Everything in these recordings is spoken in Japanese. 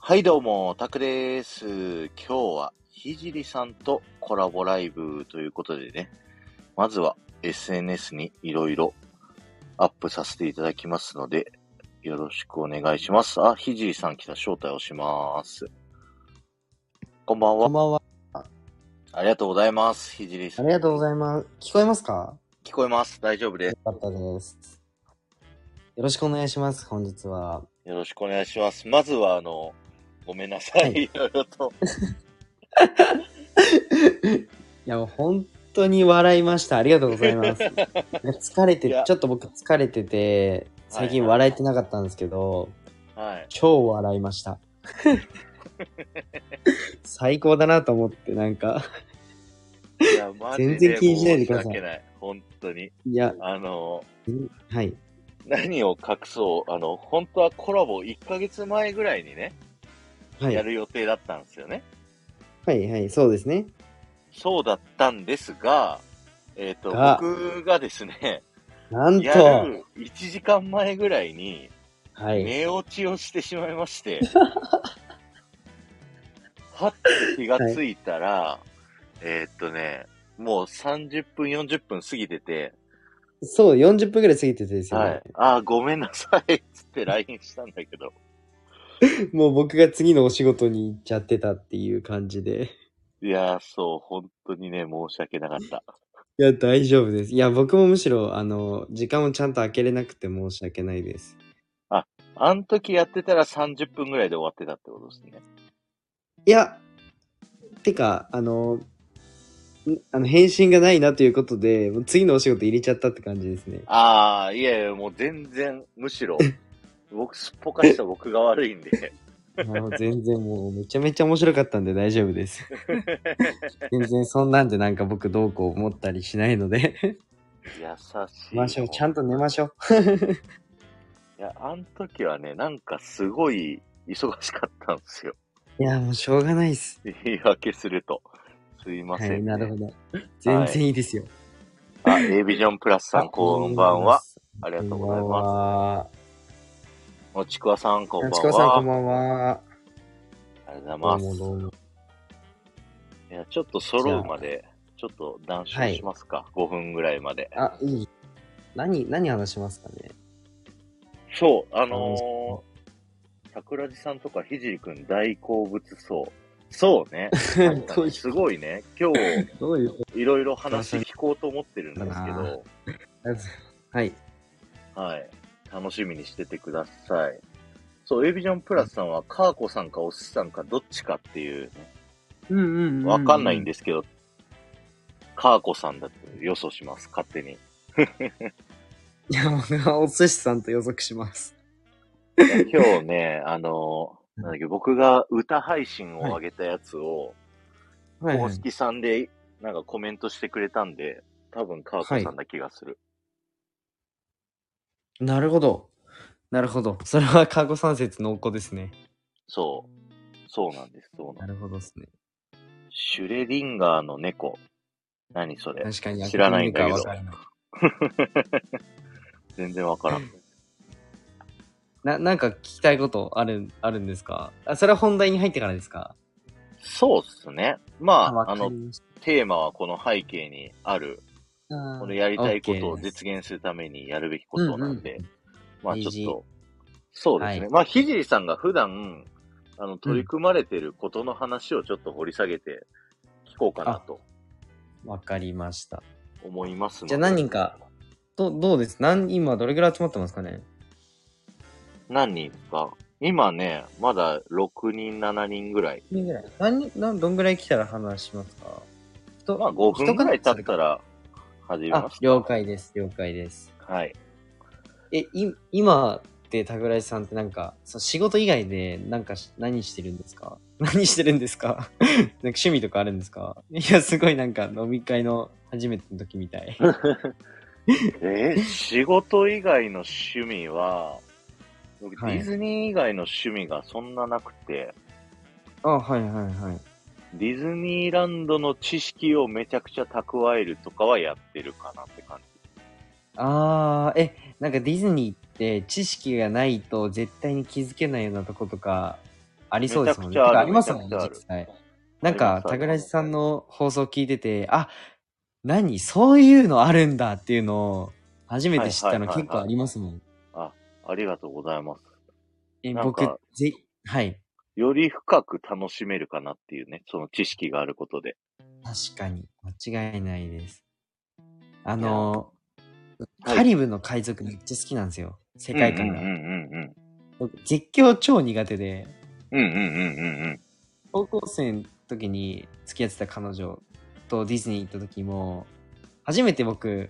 はいどうも、タクです。今日はひじりさんとコラボライブということでね、まずは SNS にいろいろアップさせていただきますので、よろしくお願いします。あ、ひじりさん来た。招待をします。こんばんは。 こんばんは。 ありがとうございます。ひじりさん。 ありがとうございます。聞こえますか？ 聞こえます。大丈夫です。 よかったです。よろしくお願いします、本日は。 よろしくお願いします。まずはごめんなさい。 はい。 いろいろと。 いや、もう本当に笑いました。ありがとうございます。疲れて、 いや、 ちょっと僕疲れてて、最近笑えてなかったんですけど、 はい。 超笑いました。最高だなと思って、なんか、 いや、マジ全然で気にしないで申しください。 訳ない。本当に。 いや、はい。 何を隠そう、本当はコラボ1ヶ月前ぐらいにね、 はい。 やる予定だったんですよね。 はいはい、そうですね。 そうだったんですが、 が、 僕がですね、 なんやと、 る1時間前ぐらいにはい。 寝落ちをしてしまいまして、はって気がはい。 ついたら、もう30分、40分過ぎてて、 そう、40分ぐらい過ぎててですよね。 はい。あー、ごめんなさい、つって LINE したんだけど。 もう僕が次のお仕事に行っちゃってたっていう感じで。 いやー、そう、本当にね、申し訳なかった。 いや、大丈夫です。いや、僕もむしろ、時間をちゃんと空けれなくて申し訳ないです。 あ、あの時やってたら30分ぐらいで終わってたってことですね。 いや、てか、返信がないなということで、もう次のお仕事入れちゃったって感じですね。 ああ、いやいや、もう全然、むしろ、僕、すっぽかした僕が悪いんで。 全然もうめちゃめちゃ面白かったんで大丈夫です。全然そんなんでなんか僕どうこう思ったりしないので。 優寝ましい、 しょう。ちゃんと寝ましょう。 いや、あの時はね、なんかすごい忙しかったんですよ。 いや、もうしょうがないっす。 言い訳すると。すいまはい、 せんね。 なるほど。全はい。 然いいですよ。 あ、A ビジョンプラスさん、 あ、おこん願いしばんは。 ます。 ありがとうごこんばんざいます。 は。 おちくわさん、こんばちくわさん、こんんは。 ばんは。 ありがとうございどうます。 もどうも。 いや、ちょっと揃じゃあ、 うまで、ちょっと談笑しはい。 ますか。5分ぐらいまで。 あ、いい。何話しますかね。 そう、 楽しそ桜地さんとかひじりくん大好物そう。そうね。確う。 かに、すごいね。今日、 どういうこいろいろとかさん話聞こうと思ってるんだですけな。 ど、 はい。 はい。楽しみにしててください。そう、エビジョンプラスさんは、カーコさんかおすしさんかどっちかっていうね、 うんうんうんわかんないうん。 んですけど、カーコさんだと予想します、勝手に。いいや、僕はお寿司さんと予測します。 や、今日ね、なんだっけ、僕が歌配信をはい。 上げたやつを、 はいはい。 公式さんでなんかコメントしてくれたんで、多分カーコはい。 さんな気がする。 なるほど。なるほど。それはカゴ三節濃厚ですね。 そう。そうなんです。そうなんなるです。 ほどですね。 シュレディンガーの猫。何それ。 確かに開知らけてみるないんだけど。 かわからない。 全然わからん。 なんか聞きたいことあるんですか？あ、それは本題に入ってからですか？ そうっすね。 あ、 まあ、 わかりましテーマはこの背景にある、 た。 このやりオッたいことをケーです。 実現するためにやるべきこうんうん。 となんで、まあ大事。 ちょっと、そうですね。 はい。 まあ、ひじりさんが普段、取りうん。 組まれてることの話をちょっと掘り下げて聞こうかなあ、 とわかりました。 思いますじゃあので、 何人か、どうです今どれぐらい集まってますかね？ 何人ですか？今ね、まだ6人、7人ぐらい。 人ぐらい。どんぐらい来たら話しますか？ まあ5分人かぐらい経なそれか。 ったら始めあ、 ますか。 了解です。了解です。 はい。 今って桜井さんってなんか、仕事以外でなんか何してるんですか？何してるんですか？なんか趣味とかあるんですか？いや、すごいなんか飲み会の初めての時みたい。 仕事以外の趣味は、僕デはい。 ィズニー以外の趣味がそんななくて、 あ、はいはいはい。 ディズニーランドの知識をめちゃくちゃ蓄えるとかはやってるかなって感じ。 なんかディズニーって知識がないと絶対に気づけないようなとことかありそうですもんね。 めちゃくちゃあるてかありますもんね、 めちゃくちゃある実際。なんか、 ありますタグラジさんの放送聞いてて、あ、何そういうのあるんだっていうのを初めて知ったの結構ありますもん。 ありがとうございます。 僕、 なんか、 はい。 より深く楽しめるかなっていうね、その知識があることで。 確かに、間違いないです。 いやはカい。 リブの海賊めっちゃ好きなんですよ。世界観が。 うんうんうん僕、実況超苦手で、 うんうん。うんうんうんうんうん。 高校生の時に付き合ってた彼女とディズニー行った時も、初めて僕、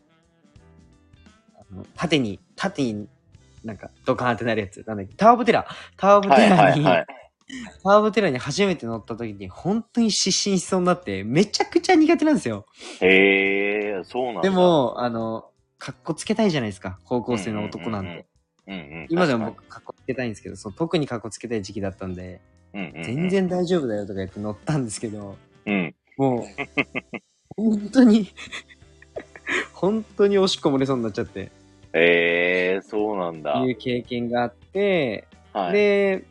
縦になんかドカーンってなるやつ。なんだっけ、タワーオブテラータワーオブテラーに初めて乗った時に本当に失神しそうになってめちゃくちゃ苦手なんですよ。 へえ、そうなんだ。 でも、かっこつけたいじゃないですか。高校生のうんうんうんうん男なんて。 うんうん。 今でも確か僕かっこつけたいんですけど、特にかっこつけたい時期だったんで、 に。うんうんうん。 全然大丈夫だよとか言って乗ったんですけど、 うん。 もう、本当に本当におしっこ漏れそうになっちゃって、 へえ、そうなんだ。 いう経験があって、 はい。 で、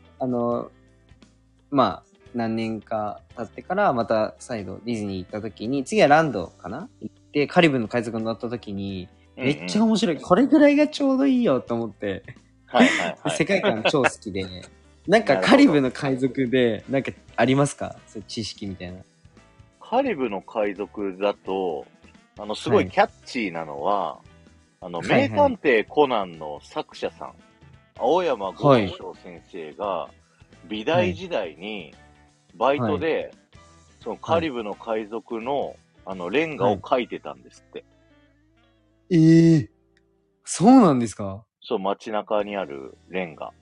まあ、何年か経ってからまた再度ディズニー行った時に、次はランドかな行って、カリブの海賊に乗った時に、めっちゃ面白い。これぐらいがちょうどいいよと思って、 はいはいはい。 世界観超好きで、なんかカリブの海賊で、なんかありますかそういう知識みたいな。 カリブの海賊だと、すごいキャッチーなのは、名探偵コナンの作者さん、青山剛昌先生が、美大時代に、バイトで、そのカリブの海賊の、レンガを描いてたんですって。 ええ、そうなんですか？ そう、街中にあるレンガ。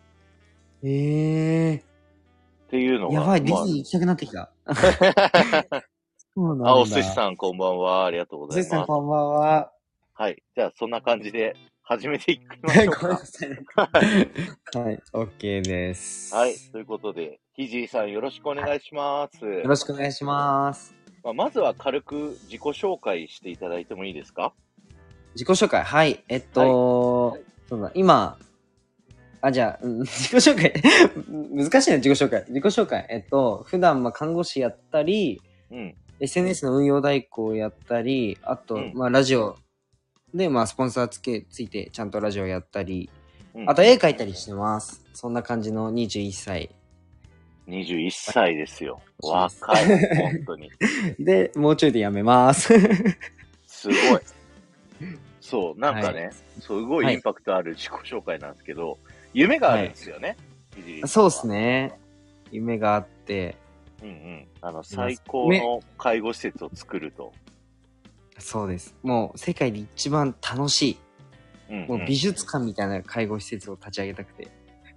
ええ、 っていうのが、 やばい、ディズニー行きたくなってきた。そうなんだ。 お寿司さんこんばんは。ありがとうございお寿司さんます。 こんばんは。 はい。じゃあ、そんな感じで始めていきましょうごめんか。 なさい。はい、OK です。 はい。ということで、ひじいさんよろしくお願いします。 よろしくお願いします。 まずは軽く自己紹介していただいてもいいですか？ 自己紹介、はい。そうだ、今、じゃあ、自己紹介難しいな、自己紹介。自己紹介。普段、看護師やったり、 うん。 SNS の運用代行やったり、あと、ラジオで、スポンサーついて、ちゃんとラジオやったり、あと絵描いたりしてます。そんな感じの21歳。 21歳ですよ。若い。本当に。 で、もうちょいでやめます。 すごい。そう、なんかね、すごいインパクトある自己紹介なんですけど、夢があるんですよね。 そうですね。夢があって、 最高の介護施設を作ると。 そうです。もう世界で一番楽しい。もう美術館みたいな介護施設を立ち上げたくて。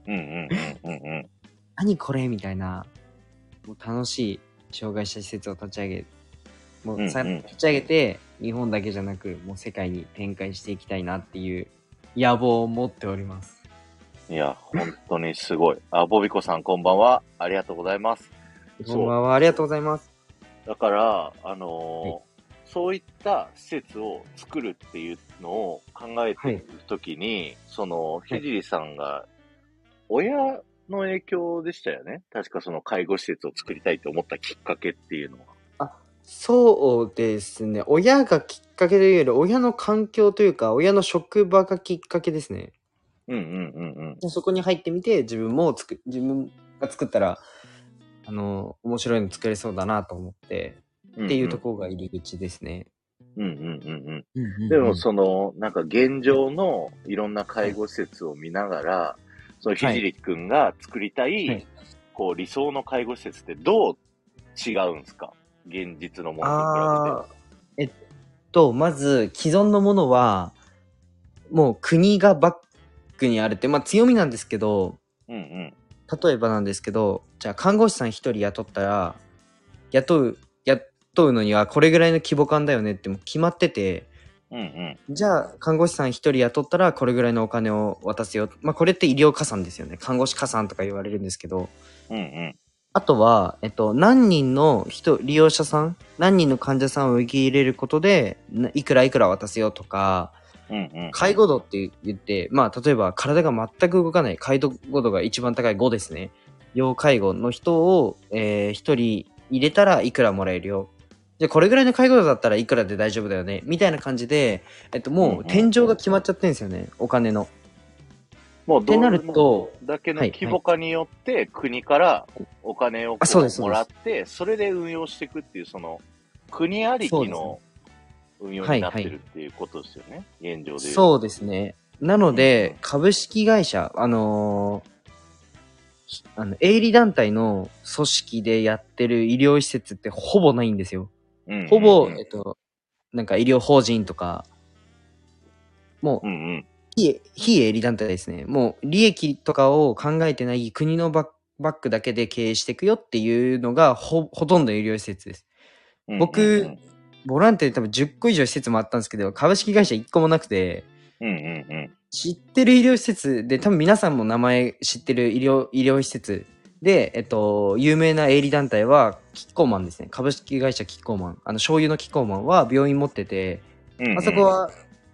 何これみたいな、もう楽しい障害者施設を立ち上げ、立ち上げて、日本だけじゃなく、もう世界に展開していきたいなっていう野望を持っております。 いや、本当にすごい。ボビコさんこんばんは。ありがとうございます。 こんばんは。ありがとうございます。 だから、そういった施設を作るっていうのを考えているときに、ひじりさんが、親の影響でしたよね。確かその介護施設を作りたいと思ったきっかけっていうのは。 そうですね。親がきっかけというより、親の環境というか、親の職場がきっかけですね。そこに入ってみて、自分が作ったら、面白いの作れそうだなと思って、っていうところが入り口ですね。 でもなんか現状のいろんな介護施設を見ながら、ひじりくんが作りたい、理想の介護施設ってどう違うんですか？現実のものと比べて。 まず、既存のものは、もう国がバックにあるって、強みなんですけど、例えばなんですけど、じゃあ看護師さん一人雇ったら、雇うのにはこれぐらいの規模感だよねってもう決まってて、じゃあ看護師さん一人雇ったらこれぐらいのお金を渡すよ。これって医療加算ですよね。看護師加算とか言われるんですけど、あとは、何人の利用者さん、何人の患者さんを受け入れることで、いくら渡すよとか、介護度って言って、例えば体が全く動かない、介護度が一番高い5ですね。 要介護の人を、一人入れたらいくらもらえるよ。じゃあこれぐらいの介護度だったらいくらで大丈夫だよね。みたいな感じで、もう天井が決まっちゃってるんですよね。お金の。 もうってなると、 だけのはい、はい。 規模化によって国からお金をあ、そうです、そうもです。 らって、それで運用していくっていう、その国ありそうですね。 きの運用はい、 になっはい。 てるっていうことですよね。現状で言うと。 そうですね。なのうんうんで、株式会社、営利団体の組織でやってる医療施設ってほぼないんですよ。 うんうんほぼ、 うん。 なんか医療法人とか、もう、 うんうん。 非営利団体ですね。もう、利益とかを考えてない国のバックだけで経営していくよっていうのがほとんど医療施設です。 うんうんう僕、 ん。 ボランティアで多分10個以上施設もあったんですけど、株式会社1個もなくて、 うんうんうん。 知ってる医療施設で、多分皆さんも名前知ってる医療施設で、有名な営利団体は、キッコーマンですね。株式会社キッコーマン。醤油のキッコーマンは病院持ってて、 うんうん。 あそこは、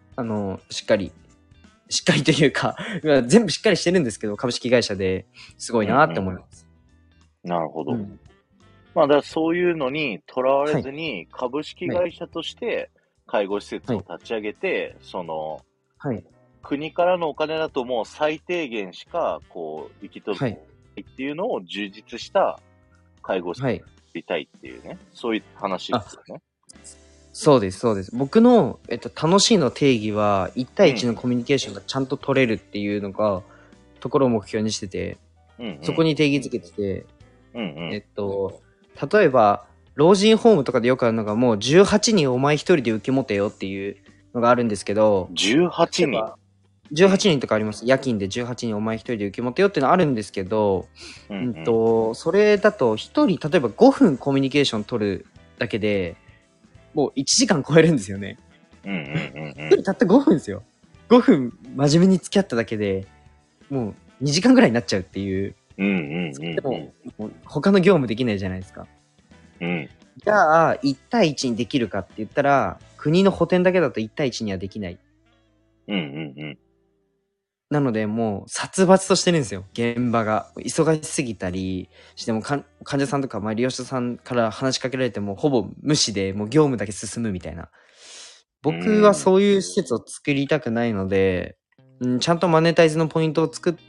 しっかりというか、全部しっかりしてるんですけど、株式会社ですごいなってうんうん。 思います。 なるほど。 うん。 まあ、だからそういうのにとらわれはい。 ずに、株式はい。 会社として介護施設はい。 を立ち上げて、 はい。 国からのお金だともう最低限しか、こう、行き届はい。 けないっていうのを充実した介護をしはい。 たいっていうね、そういう話であ、 すよね。 そうです、そうです。僕の、楽しいの定義は、1対1のうん。 コミュニケーションがちゃんと取れるっていうのが、ところを目標にしてて、 うんうん。 そこに定義づけてて、 うんうん。 例えば、老人ホームとかでよくあるのが、もう18人お前一人で受け持てよっていうのがあるんですけど、 18人。 例えば、18 うん。 人とかあります。夜勤で18人お前一人で受け持てよっていうのあるんですけど、 うんうん。 それだと一人、例えば5分コミュニケーション取るだけで、もう1時間超えるんですよね。 うんうんうんうん。 一人たった5分ですよ。5分真面目に付き合っただけで、もう2時間ぐらいになっちゃうっていう。 うんうんでも、 うんもう他の業務できないじゃないですか。 うん。うん。 じゃあ、1対1にできるかって言ったら、国の補填だけだと1対1にはできない。 うんうんうん。 なので、もう、殺伐としてるんですよ。現場が。忙しすぎたりしても、患者さんとか、利用者さんから話しかけられても、ほぼ無視で、もう業務だけ進むみたいな。 う僕はーん。 そういう施設を作りたくないので、ちゃんとマネタイズのポイントを作って、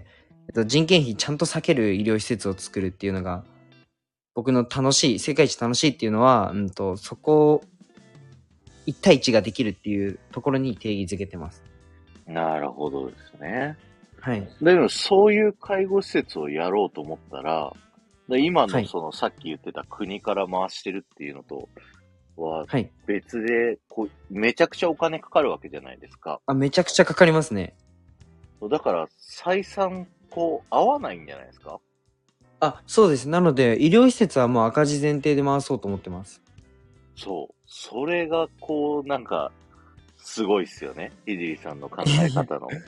人件費ちゃんと避ける医療施設を作るっていうのが、僕の楽しい、世界一楽しいっていうのは、そこを1対1ができるっていうところに定義づけてます。 なるほどですね。 はい。 でも、そういう介護施設をやろうと思ったら、今はい。 のそのさっき言ってた国から回してるっていうのとははい。 別で、めちゃくちゃお金かかるわけじゃないですか。 あ、めちゃくちゃかかりますね。 だから、採算、合わないんじゃないですか？ あ、そうです。なので、医療施設はもう赤字前提で回そうと思ってます。 そう。それが、すごいっすよね。ひじりさんの考え方の。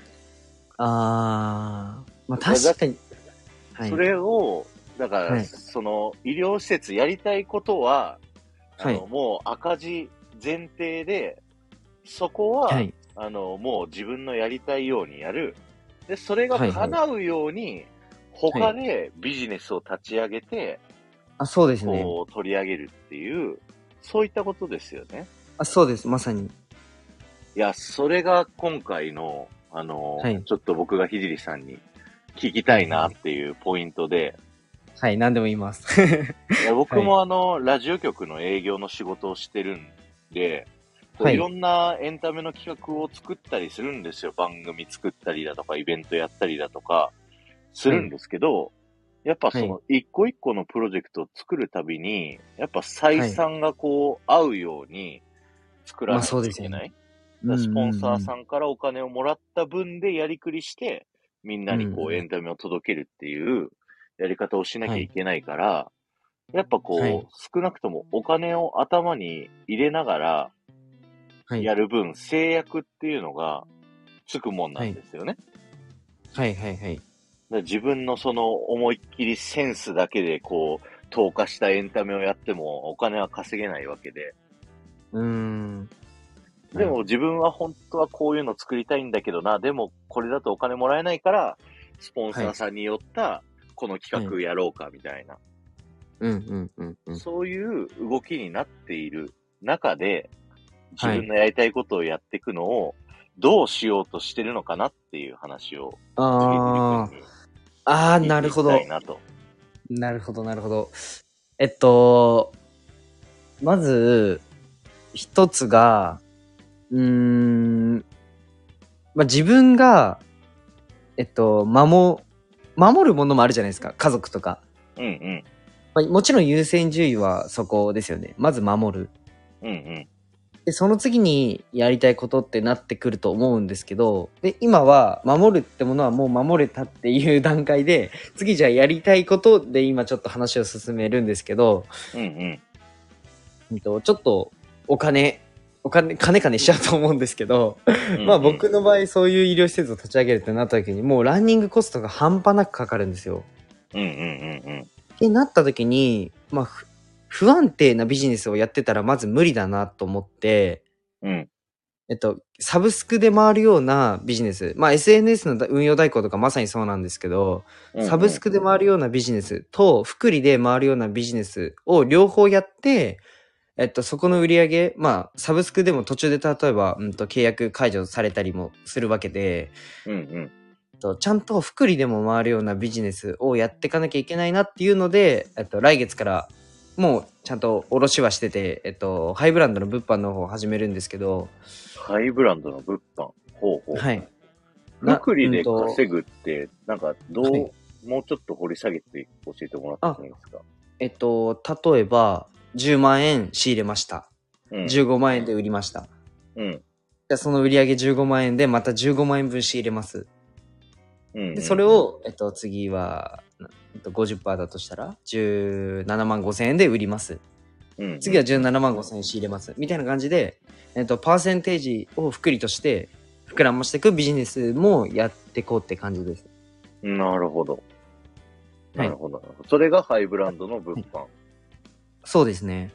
まあだ確かに。はい。 それを、だから、 はい。 その、医療施設やりたいことは、 はい。 もう赤字前提で、そこは、 はい。 もう自分のやりたいようにやる。で、それがはい。はい。 叶うように、 はい。 他でビジネスを立ち上げて、 あ、そうですね。 取り上げるっていう、そういったことですよね。 あ、そうです。まさに。 いや、それが今回の、 はい。 ちょっと僕がひじりさんに聞きたはい。 いなっはい。 ていうポイントで、 はい。何でも言います。 いや、 はい。 僕もラジオ局の営業の仕事をしてるんで、いろはい。 んなエンタメの企画を作ったりするんですよ。番組作ったりだとか、イベントやったりだとか、すはい。 るんですけど、やっぱはい。 その一個一個のプロジェクトを作るたびに、やっぱ採はい。 算が合うように作らまあないそうですよね。 といけない。だかうんうらスポンサーんさんからお金をもらった分でやりくりして、みんなうん。 にうんうん。 エンタメを届けるっていうやり方をしなはい。 きゃいけないから、やっぱはい。 少なくともお金を頭に入れながらはい。 やる分、制約っていうのがつくもんなんはい。 ですよね。 はい。はい。はい。 だから自分のその思いっきりセンスだけで投下したエンタメをやってもお金は稼げないわけで。 うーん。なでるほど。 も自分は本当はこういうの作りたいんだけどな、でもこれだとお金もらえないから、スポンはい。 サーさんによったこの企画やろうかみたいな、そういう動きになっている中で、自分のやりたいことをやっていくのを、どうしようとしてるのかなっていう話を、 ああ、なるほど。なるほど、なるほど。まず、一つが、まあ、自分が、守るものもあるじゃないですか。家族とか。 うんうん。 まあ、もちろん優先順位はそこですよね。まず守る。 うんうん。 で、その次にやりたいことってなってくると思うんですけど、で、今は守るってものはもう守れたっていう段階で、次じゃあやりたいことで今ちょっと話を進めるんですけど、 うんうん。 ちょっと金しちゃうと思うんですけど、まあ僕の場合そういう医療施設を立ち上げるってなった時にもうランニングコストが半端なくかかるんですよ。ってなった時に、まあ不安定なビジネスをやってたらまず無理だなと思って、サブスクで回るようなビジネス、まあ SNS の運用代行とかまさにそうなんですけど、サブスクで回るようなビジネスと福利で回るようなビジネスを両方やって、そこの売り上げ、まあ、サブスクでも途中で例えば、契約解除されたりもするわけで、ちゃんと福利でも回るようなビジネスをやっていかなきゃいけないなっていうので、来月からもうちゃんと卸はしてて、ハイブランドの物販の方を始めるんですけど。 ハイブランドの物販。ほうほう。 はい。 福利で稼ぐって、なんかもうちょっと掘り下げて教えてもらってもいいですか？例えば、10万円仕入れました。15万円で売りました。じゃあその売り上げ15万円でまた15万円分仕入れます。でそれを、次は、50% だとしたら、17万5千円で売ります。次は17万5千円仕入れます。みたいな感じで、パーセンテージを福利として膨らましていくビジネスもやっていこうって感じです。 なるほど。なるほど。それがハイブランドの物販。 そうですね。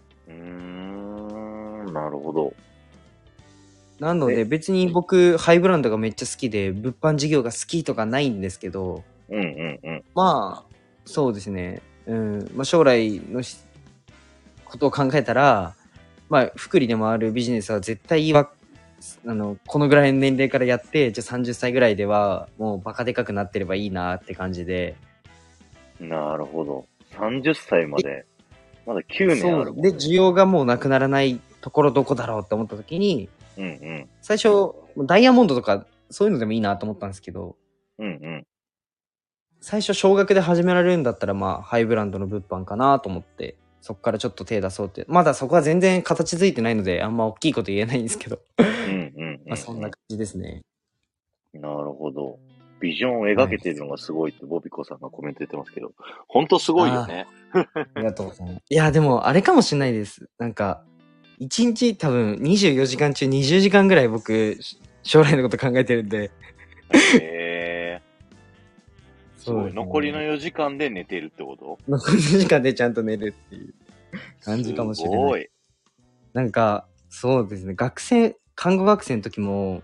なるほど。 なので別に僕ハイブランドがめっちゃ好きで物販事業が好きとかないんですけど、まあそうですね。まあ将来のことを考えたら、まあ福利でもあるビジネスは絶対このぐらいの年齢からやって、じゃあ30歳ぐらいではもうバカでかくなってればいいなって感じで。 なるほど。30歳まで。まだ9年あるもんね。 で、需要がもうなくならないところどこだろうって思った時に、最初、ダイヤモンドとかそういうのでもいいなと思ったんですけど、最初少額で始められるんだったら、まあ、ハイブランドの物販かなと思って、そこからちょっと手出そうって。まだそこは全然形づいてないので、あんま大きいこと言えないんですけど。まあ、そんな感じですね。 なるほど。ビジョンを描けてるのがすごいってボビコさんがコメント言ってますけど、ほんとすごいよね。 ありがとうございます。いや、でもあれかもしれないです。なんか、1日多分24時間中20時間ぐらい僕、将来のこと考えてるんで。 すごい。残りの4時間で寝てるってこと？ 残りの4時間でちゃんと寝るっていう感じかもしれない。すごい。なんか、そうですね。看護学生の時も、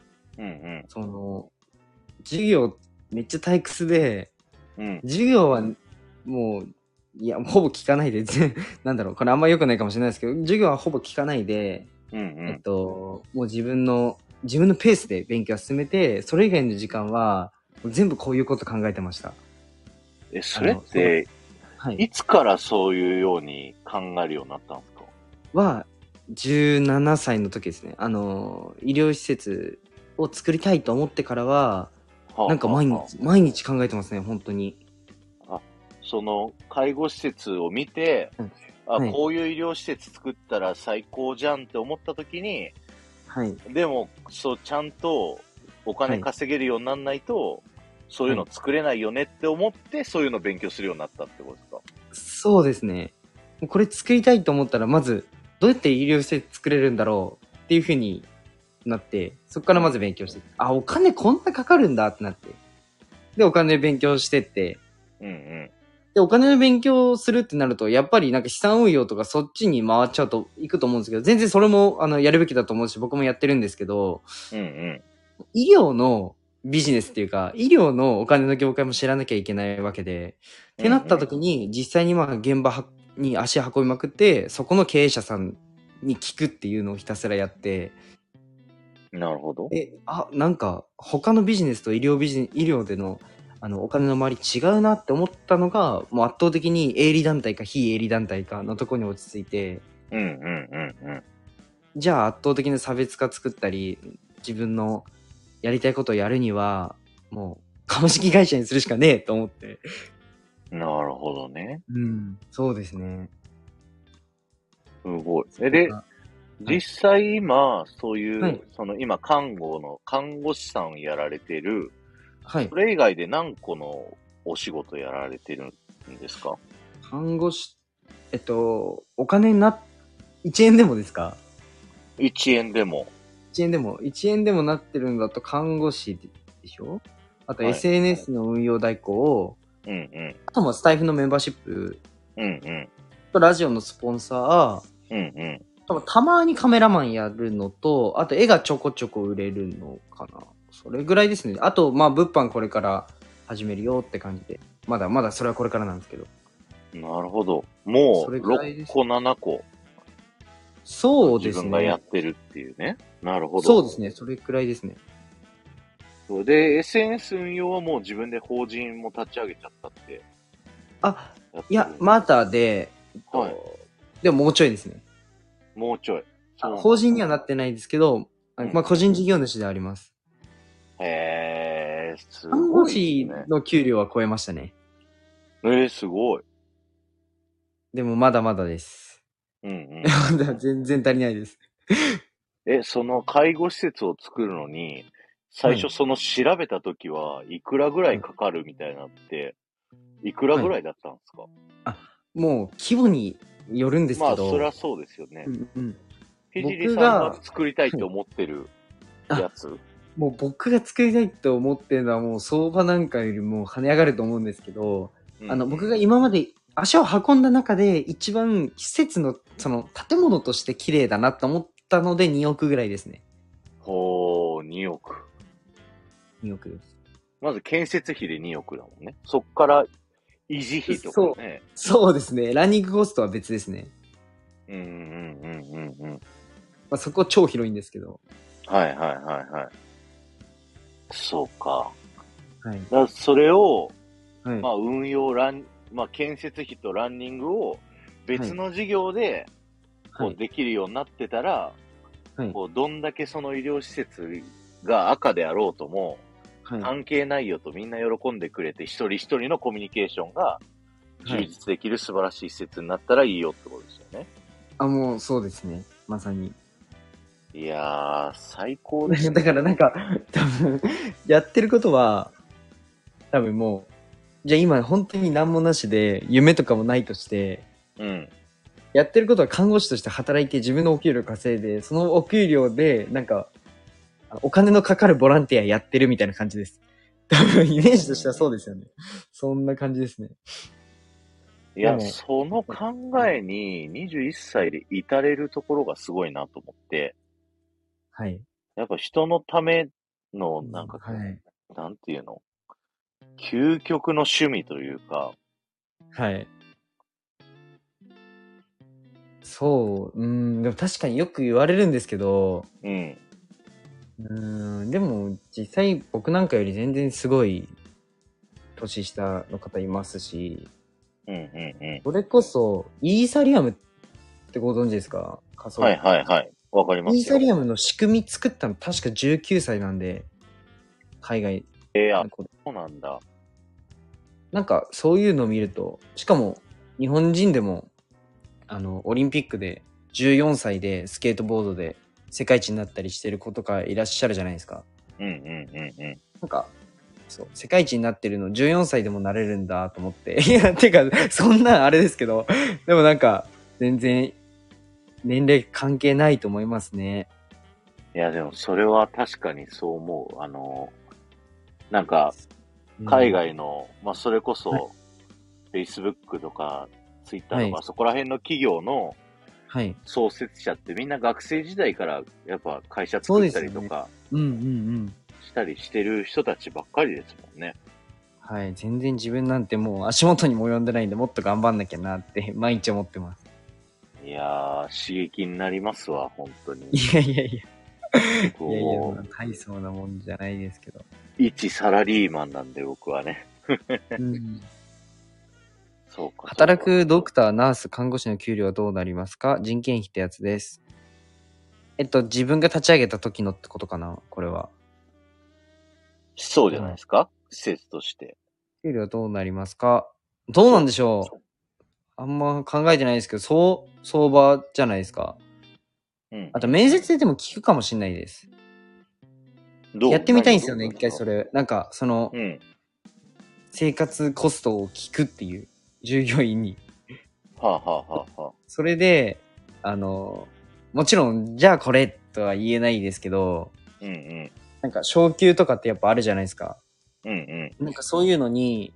授業めっちゃ退屈で、授業はもう、いや、ほぼ聞かないで、なんだろう、これあんま良くないかもしれないですけど、授業はほぼ聞かないで、もう自分のペースで勉強を進めて、それ以外の時間は、全部こういうこと考えてました。 それって、いつからそういうように考えるようになったんですか？ は、17歳の時ですね。医療施設を作りたいと思ってからは、なんか毎日考えてますね、本当に。 その介護施設を見て、こういう医療施設作ったら最高じゃんって思った時に、でもちゃんとお金稼げるようにならないと、そういうの作れないよねって思って、そういうのを勉強するようになったってことですか？ そうですね。これ作りたいと思ったら、まずどうやって医療施設作れるんだろうっていう風になって、そこからまず勉強して、お金こんなかかるんだってなって、でお金勉強してって、でお金の勉強するってなると、やっぱりなんか資産運用とかそっちに回っちゃうといくと思うんですけど、全然それもやるべきだと思うし、僕もやってるんですけど、医療のビジネスっていうか、医療のお金の業界も知らなきゃいけないわけで、ってなった時に、実際にまあ現場に足運びまくって、そこの経営者さんに聞くっていうのをひたすらやって、 なるほど。 なんか他のビジネスと医療でのお金の回り違うなって思ったのが、もう圧倒的に営利団体か非営利団体かのところに落ち着いて、 うんうんうんうん。 じゃあ圧倒的な差別化作ったり、自分のやりたいことをやるには、もう株式会社にするしかねえと思って。 なるほどね。 うん、そうですね。 すごい。で、 はい、 実際今、そういう、 はい、 今、看護師さんをやられてる、 はい。 それ以外で何個のお仕事やられてるんですか？ 看護師、お金1円でもですか？ 1 円でも。 1 円でも、1円でもなってるんだと看護師でしょ？あとはい。 SNS の運用代行、 うんうん。 あともスタイフのメンバーシップうんうん。 とラジオのスポンサー、 うんうん。 たまにカメラマンやるのと、あと絵がちょこちょこ売れるのかな。それぐらいですね。あと、まあ、物販これから始めるよって感じで。まだまだそれはこれからなんですけど。 なるほど。もそれう、6 ぐらいです。 個、7個、 そう自分がやですね。 ってるっていうね。なるほど。 そうですね。それくらいですね。 そうで、SNS 運用はもう自分で法人も立ち上げちゃったってあ、 やっいや、 てるんですまだで、 か？はい。 でももうちょいですね。 もうちょい。そうなん法人にだ。 はなってないですけど、まあ、個うんうん。 人事業主であります。 へえ、す看護ごいっす師ね。 の給料は超えましたね。 すごい。 でもまだまだです。 うんうまだんうんうん。 全然足りないです。 その介護施設を作るのに、最はい。 初その調べたときはいくらぐらいはい。 かかるみたいなって、いくらはい。 ぐらいだったんですか？ あ、もう規模によるんですまあ、そりけど、 ゃそうですよね。 うんうん。 ひじりさんが僕が、 作りたいはい。 と思ってるあ、 やつ。 もう僕が作りたいと思ってるのはもう相場なんかよりも跳ね上がると思うんですけど、 うんうん。 僕が今まで足を運んだ中で一番施設のその建物として綺麗だなと思ったので2億ぐらいですね。 ほー、2億。 2億です。 まず建設費で2億だもんね。そっから維持費とかそう。 ね。 そうですね。ランニングコストは別ですね。 うんうんうんうんうん。 まあ、そこ超広いんですけど。 はいはいはいはい。そうか。 はい。 それを、 はい。 まあ運用、まあ建設費とランニングをはい。 別の事業で、 はい。 こうできるようになってたら、 はい。 こうどんだけその医療施設が赤であろうとも、 はい。 関係ないよとみんな喜んでくれて、一人一人のコミュニケーションが充はい。 実できる素晴らしい施設になったらいいよってことですよね。 あ、もうそうですね。まさに。 いやー、最高ですだからね。 なんか、多分、やってることは、多分もう、じゃあ今本当に何もなしで、夢とかもないとして、 うん。 やってることは看護師として働いて自分のお給料稼いで、そのお給料で、なんか、お金のかかるボランティアやってるみたいな感じです。多分、イメージとしてはそうですよね。そんな感じですね。 いや、 でも、 その考えに21歳で至れるところがすごいなと思って、 はい。 やっぱ人のための、 うん、 なんか、 はい。 なんていうの、究極の趣味というか、 はい。そう、でも確かによく言われるんですけど、 うん、 でも実際僕なんかより全然すごい年下の方いますし、 うん、うん、うん。 それこそイーサリアムってご存知ですか？仮想。 はいはいはい。わかりまイーすよ。 サリアムの仕組み作ったの確か19歳なんで、海外あ、 の子で。 そうなんだ。 なんかそういうのを見ると、しかも日本人でもオリンピックで14歳でスケートボードで世界一になったりしてる子とかいらっしゃるじゃないですか。 うん、うん、うん、うん。 なんか、そう、世界一になってるの14歳でもなれるんだと思って。いや、てか、そんなんあれですけど、でもなんか、全然年齢関係ないと思いますね。 いや、でもそれは確かにそう思う。なんか、海うん。 外の、まあ、それこはい。 そ、Facebook とか、Twitter はい。 とか、そこら辺の企業のはい。 創設者ってみんな学生時代からやっぱ会社そう作っですよね。 たりとか、 うんうんうん。 したりしてる人たちばっかりですもんね。 はい。全然自分なんてもう足元にも及んでないんで、もっと頑張んなきゃなって毎日思ってます。 いやー、刺激になりますわ、本当に。 いやいやいや。いやいや、 こ大層なもんじゃないですけど。 う、一サラリーマンなんで僕はね。 うん。 そうか。 働くドクター、ナース、看護師の給料はどうなりますか？人件費ってやつです。自分が立ち上げた時のってことかなこれは。 そうじゃないですか、施設として。 給料はどうなりますか？どうなんでしょう？あんま考えてないですけど、相場じゃないですか。 うん。 あと面接でも聞くかもしれないです。やってみたいんですよね、一回それ。なんか、 うん。 生活コストを聞くっていう、従業員に。 はあ、はあはあはあ、 それで、もちろん、じゃあこれとは言えないですけど、 うんうん。 なんか昇給とかってやっぱあるじゃないですか。 うんうん。 なんかそういうのに、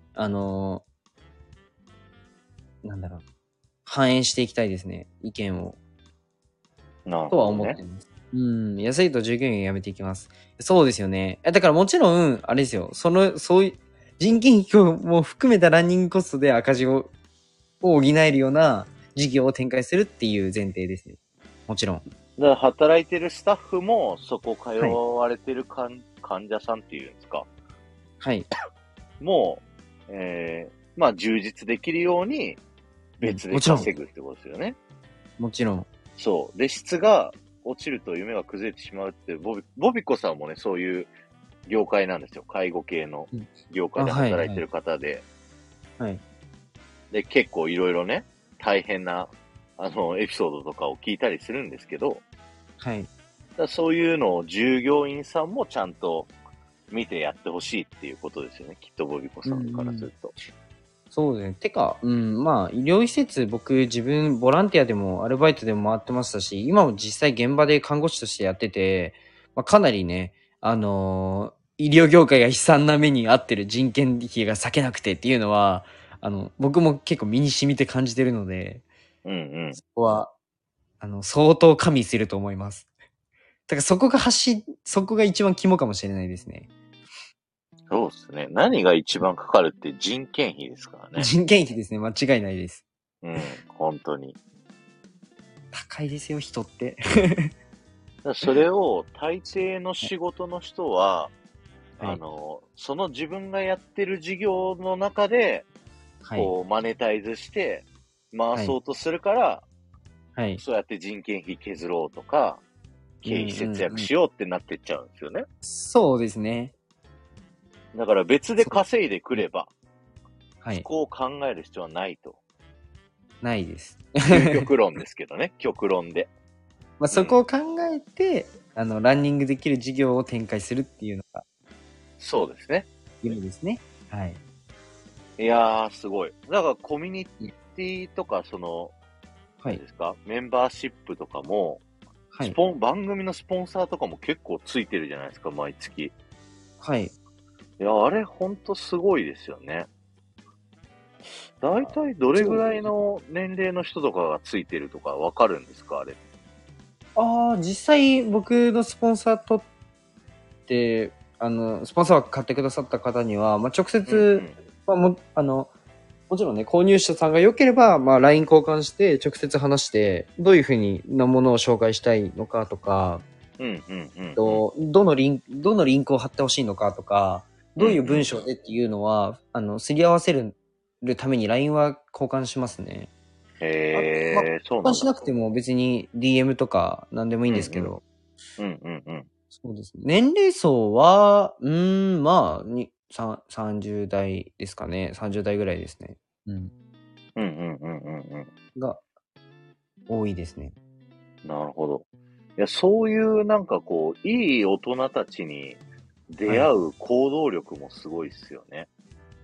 なんだろう、反映していきたいですね、意見を。 なるとはほどね。 思ってます。うん、安いと従業員を辞めていきます。そうですよね。だからもちろん、あれですよ、そういう、人件費も含めたランニングコストで赤字を補えるような事業を展開するっていう前提ですね。もちろん。 だから働いてるスタッフもそこ通はい。 われてる患者さんっていうんですか。 はい。 もう、まあ充実できるようにうん、 別でもちろん。 稼ぐってことですよね。 もちろん。 そう。で、質が落ちると夢が崩れてしまうって、ボビコさんもね、そういう業界なんですよ。介護系のうん、 業界あ、 ではい、はい。 働いてる方で。 はい。 で、結構いろいろね、大変な、エピソードとかを聞いたりするんですけど、 はい。 そういうのを従業員さんもちゃんと見てやってほしいっていうことですよね。きっとボビコうんうさんからすん。 ると。 そうですね。てか、うん、まあ、医療施設、僕、自分、ボランティアでも、アルバイトでも回ってましたし、今も実際現場で看護師としてやってて、まあ、かなりね、医療業界が悲惨な目に遭ってる人件費が避けなくてっていうのは、僕も結構身に染みて感じてるので、 うんうん。 そこは、相当加味すると思います。だからそこが一番肝かもしれないですね。 そうですね。何が一番かかるって人件費ですからね。 人件費ですね。間違いないです。 うん、本当に。 高いですよ、人って。 それを大抵の仕事の人は、 はい。 その自分がやってる事業の中で、 はい。 こう、マネタイズして回はい。 そうとするから、 はい。 そうやって人件費削ろうとか、 うんう経費節約んうん。 しようってなってっちゃうんですよね。 そうですね。 だから別でそう。 稼いでくれば、そはい。 こを考える必要はないと。 ないです。 究極論ですけどね、極論で。 まあ、 うん。 そこを考えて、ランニングできる事業を展開するっていうのがそうですね。 夢ですね。はい。 いやー、すごい。だからコミュニいティとか、 はい。 何ですか、メンバーシップとかも、 はい。 番組のスポンサーとかも結構ついてるじゃないですか、毎月。 はい。 いや、あれほんとすごいですよね。だいたいどれぐらいそうですね。 の年齢の人とかがついてるとかわかるんですか、あれ。 ああ、実際僕のスポンサー取って、スポンサー枠買ってくださった方には、まあ、直接、 うんうん。 まあ、もちろんね、購入者さんが良ければ、まあ、LINE 交換して、直接話して、どういうふうになものを紹介したいのかとか、 うんうんうんうん。 どのリンクを貼ってほしいのかとか、 うんどういう文うんうん。 章でっていうのは、すり合わせるために LINE は交換しますね。まあ、 へえ、そう交換なんだ。 しなくても別に DM とか何でもいいんですけど、 うんうんうん。 そうですね。年齢層は、まあ、30代ですかね。30代ぐらいですね。うん。 うんうんうんうんうん。 が多いですね。 なるほど。いや、そういうなんかこう、いい大人たちにはい。 出会う行動力もすごいっすよね。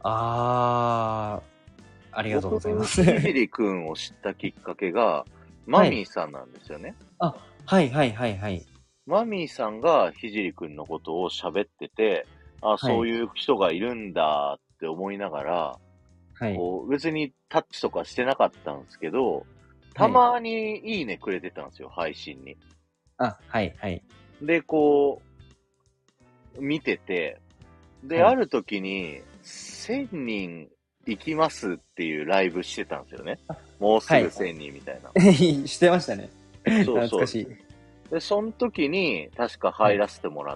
ありがとうご僕、 ざいます。 ひじりくんを知ったきっかけが、マはい。 ミーさんなんですよね。 あ、はいはいはいはい。 マミーさんがひじりくんのことを喋ってて、あ、 はい。 そういう人がいるんだって思いながら、 はい。 こう、別にタッチとかしてなかったんですけど、たはい。 まにいいねくれてたんですよ、配信に。 あ、はいはい。 で、こう、 見てて、で、 はい。 ある時に、1000人行きますっていうライブしてたんですよね。もうすぐはい。 1000人みたいな。 してましたね。 そうそう。 懐かしい。 で、その時に確かはい。 入らせてもらって、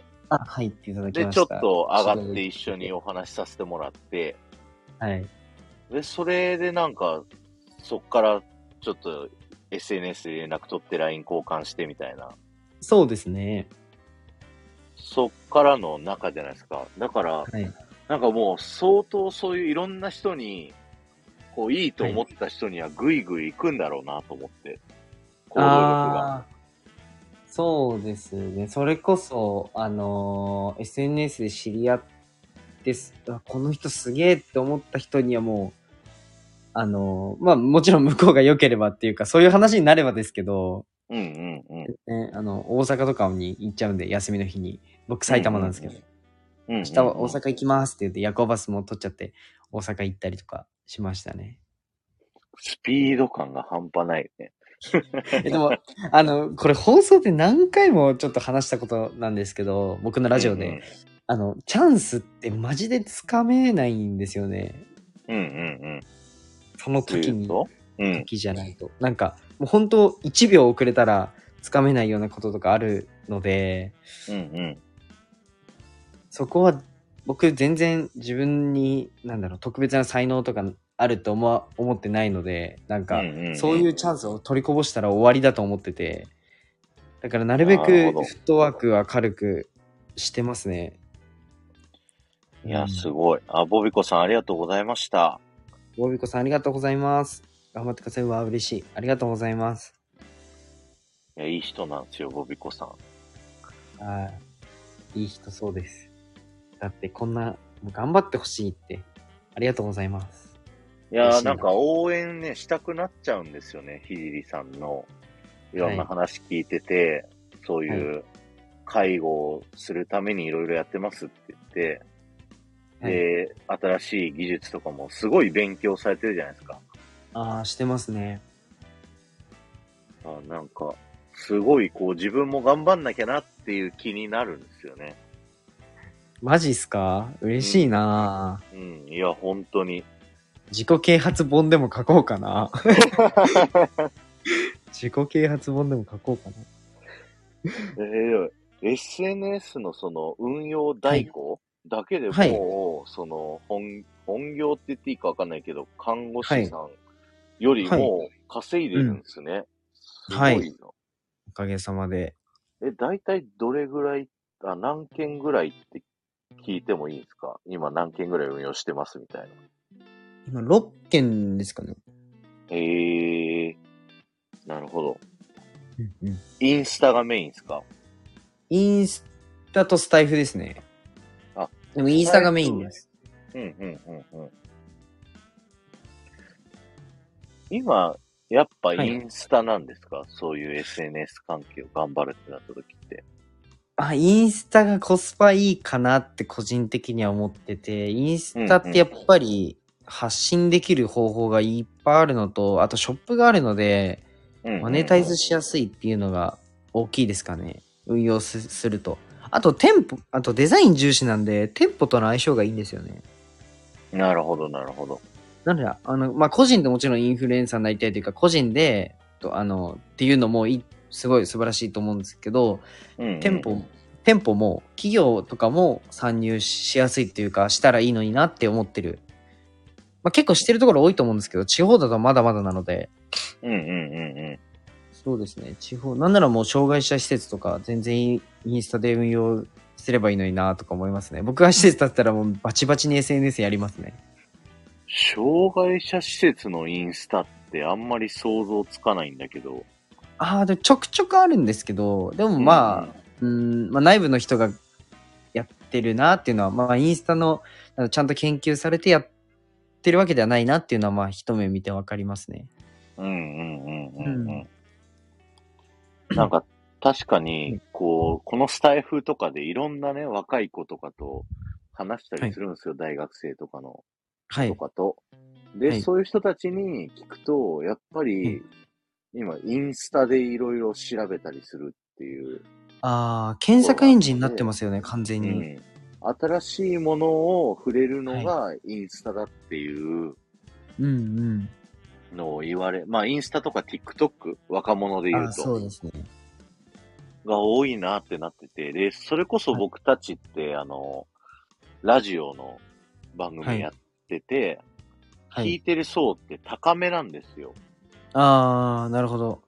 あ、入っていただきで、ちょっました。 と上が知り合いが言っって一緒てて。 にお話しさせてもらって、 はい。 で、それでなんか、そっからちょっと SNS で連絡取って LINE 交換してみたいな。 そうですね。 そっからの中じゃないですか。だから、 はい。 なんかもう相当そういういろんな人に、こういいとはい。 思った人にはぐいぐい行くんだろうなと思って。行動力が。 ああ、そうですね。それこそ、SNS で知り合ってこの人すげえって思った人にはもう、まあ、もちろん向こうが良ければっていうか、そういう話になればですけど、 うんうんうん。 ね、大阪とかに行っちゃうんで、休みの日に。僕うんう埼玉なんですけど、 んうん。うん明日はうんうん。 大阪行きますって言って夜行バスも取っちゃって、大阪行ったりとかしましたね。 スピード感が半端ないよね。 でも、これ放送で何回もちょっと話したことなんですけど、僕のうんうラジオで、 ん。 チャンスってマジでつかめないんですよね。 うんうんうん。 そのとい時に、 うとうん。 時じゃないと。なんか、もう本当1秒遅れたらつかめないようなこととかあるので、 うんうん。 そこは僕全然自分に、なんだろう、特別な才能とかあると思ってないので、なんか、 うんうんそううん。 いうチャンスを取りこぼしたら終わりだと思ってて、だからなるべくなるほど。 フットワークは軽くしてますね。 いや、すうん。 ごい。あ、ボビコさんありがとうございました。 ボビコさんありがとうございます。頑張ってください。わあ、嬉しい。ありがとうございます。 いや、いい人なんですよ、ボビコさん。 はい。いい人そうです。だってこんな、もう頑張ってほしいって。ありがとうございます。 いやー、 嬉しいな。 なんか応援ね、したくなっちゃうんですよね、ひじりさんのいろんなはい。 話聞いてて、そうはい。 いう介護をするためにいろいろやってますって言って、 はい。 で、新しい技術とかもすごい勉強されてるじゃないですか。 ああ、してますね。 あ、なんか、すごいこう自分も頑張んなきゃなっていう気になるんですよね。 マジっすか？嬉しいうん。 な。 うん。いや、本当に。 自己啓発本でも書こうかな。自己啓発本でも書こうかな。 SNS のその運用はい。 代行だけではい。 もう、その本業って言っていいかわかんないけど、看護はい。 師さんよりはい。 も稼いでるんうん。 ですね。すはい。 ごいな。 おかげさまで。 大体どれぐらい、何件ぐらいって聞いてもいいんですか？今何件ぐらい運用してますみたいな。 今6件ですかね。 へえ、なるほど。 うんうん。 インスタがメインですか？ インスタとスタイフですね。 あ、 でもイスンスタがメインタイフ。 です。 うんうんうんうん。今、やっぱはい。 インスタなんですか？そういう SNS 関係を頑張るってなった時って。 インスタがコスパいいかなって個人的には思ってて、インスうんうん。 タってやっぱり発信できる方法がいっぱいあるのと、あとショップがあるので、 うんマネタイうんズしやすいっていうのが大きいですかね。運用すると。あと店舗、あとデザイン重視なんで、店舗との相性がいいんですよね。 うん。なるほど、なるほど。 なので、まあ、個人でもちろんインフルエンサーになりたいというか、個人で、っていうのもすごい素晴らしいと思うんですけど、 うんうん店舗、店舗も企業とかも参入しやすいっていうか、したらいいのになって思ってる。まあ、結構してるところ多いと思うんですけど、地方だとまだまだなので、 うんうんうんうん。 そうですね、地方、なんならもう障害者施設とか全然インスタで運用すればいいのになとか思いますね。僕が施設だったらもうバチバチに SNS やりますね。 障害者施設のインスタってあんまり想像つかないんだけど。 で、ちょくちょくあるんですけど、でもうんうん。 まあ内部の人がやってるなっていうのは、まあ、インスタの、ちゃんと研究されてやってるわけではないなっていうのは、まあ、一目見てわかりますね。 うんうんうんうん。 うんうん。なんか、確かに、こう、このスタイフとかでいろんなね、若い子とかと話したりはい。 するんですよ。大学生とかの子はい。 とかと。で、 はい。 そういう人たちに聞くと、やっぱはい。 り、今、インスタでいろいろ調べたりするっていう。 検索エンジンになってますよね、完全に。 うん。新しいものを触れるのがインスタだっていううんうん。 のを言われ、まあインスタとか TikTok、若者で言うと、 そうですね。 が多いなってなってて、で、それこそはい。 僕たちって、ラジオの番はい。 組やってて、 はい。 聞いてる層って高めなんですよ。 なるほど。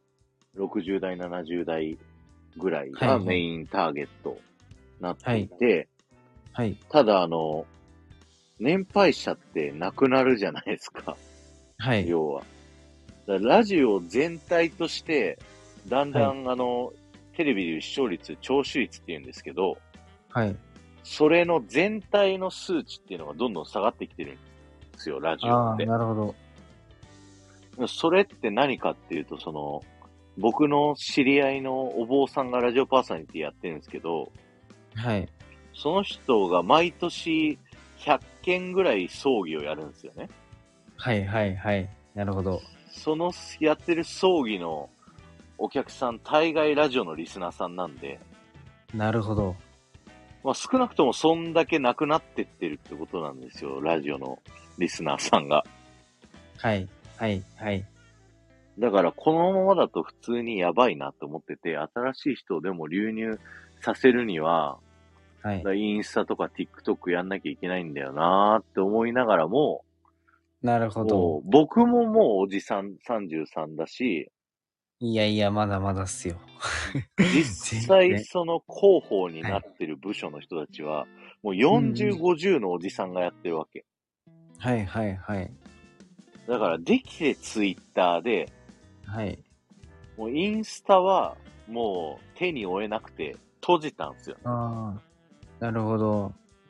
60代、70代ぐらいはいはい。 がメインターゲットなっていはい。 て、 はい。 ただ年配者ってなくなるじゃないですか。 はい。 要は。だからラジオ全体として、だんはい。 だんテレビでいう視聴率、聴取率って言うんですけど、 はい。 それの全体の数値っていうのがどんどん下がってきてるんですよ、ラジオって。 なるほど。 それって何かっていうと、僕の知り合いのお坊さんがラジオパーソナリティやってるんですけど、 はい。 その人が毎年100件ぐらい葬儀をやるんですよね。 はいはいはい。なるほど。 そのやってる葬儀のお客さん、大概ラジオのリスナーさんなんで、 なるほど。 まあ少なくともそんだけなくなってってるってことなんですよ、ラジオのリスナーさんが。 はい。はい。はい。 だからこのままだと普通にやばいなと思ってて、新しい人をでも流入させるには、 はい。 インスタとか TikTok やんなきゃいけないんだよなーって思いながらも、 なるほど。 もう僕ももうおじさん33だし、 いやいや、まだまだっすよ。 実際全然。 その広報にはい。 なってる部署の人たちは、もううんう 40、 ん。 50のおじさんがやってるわけ。 はいはいはい。 だからできてツイッターで、 はい。 もうインスタはもう手に負えなくて閉じたんですよね。 ああ、なるほど。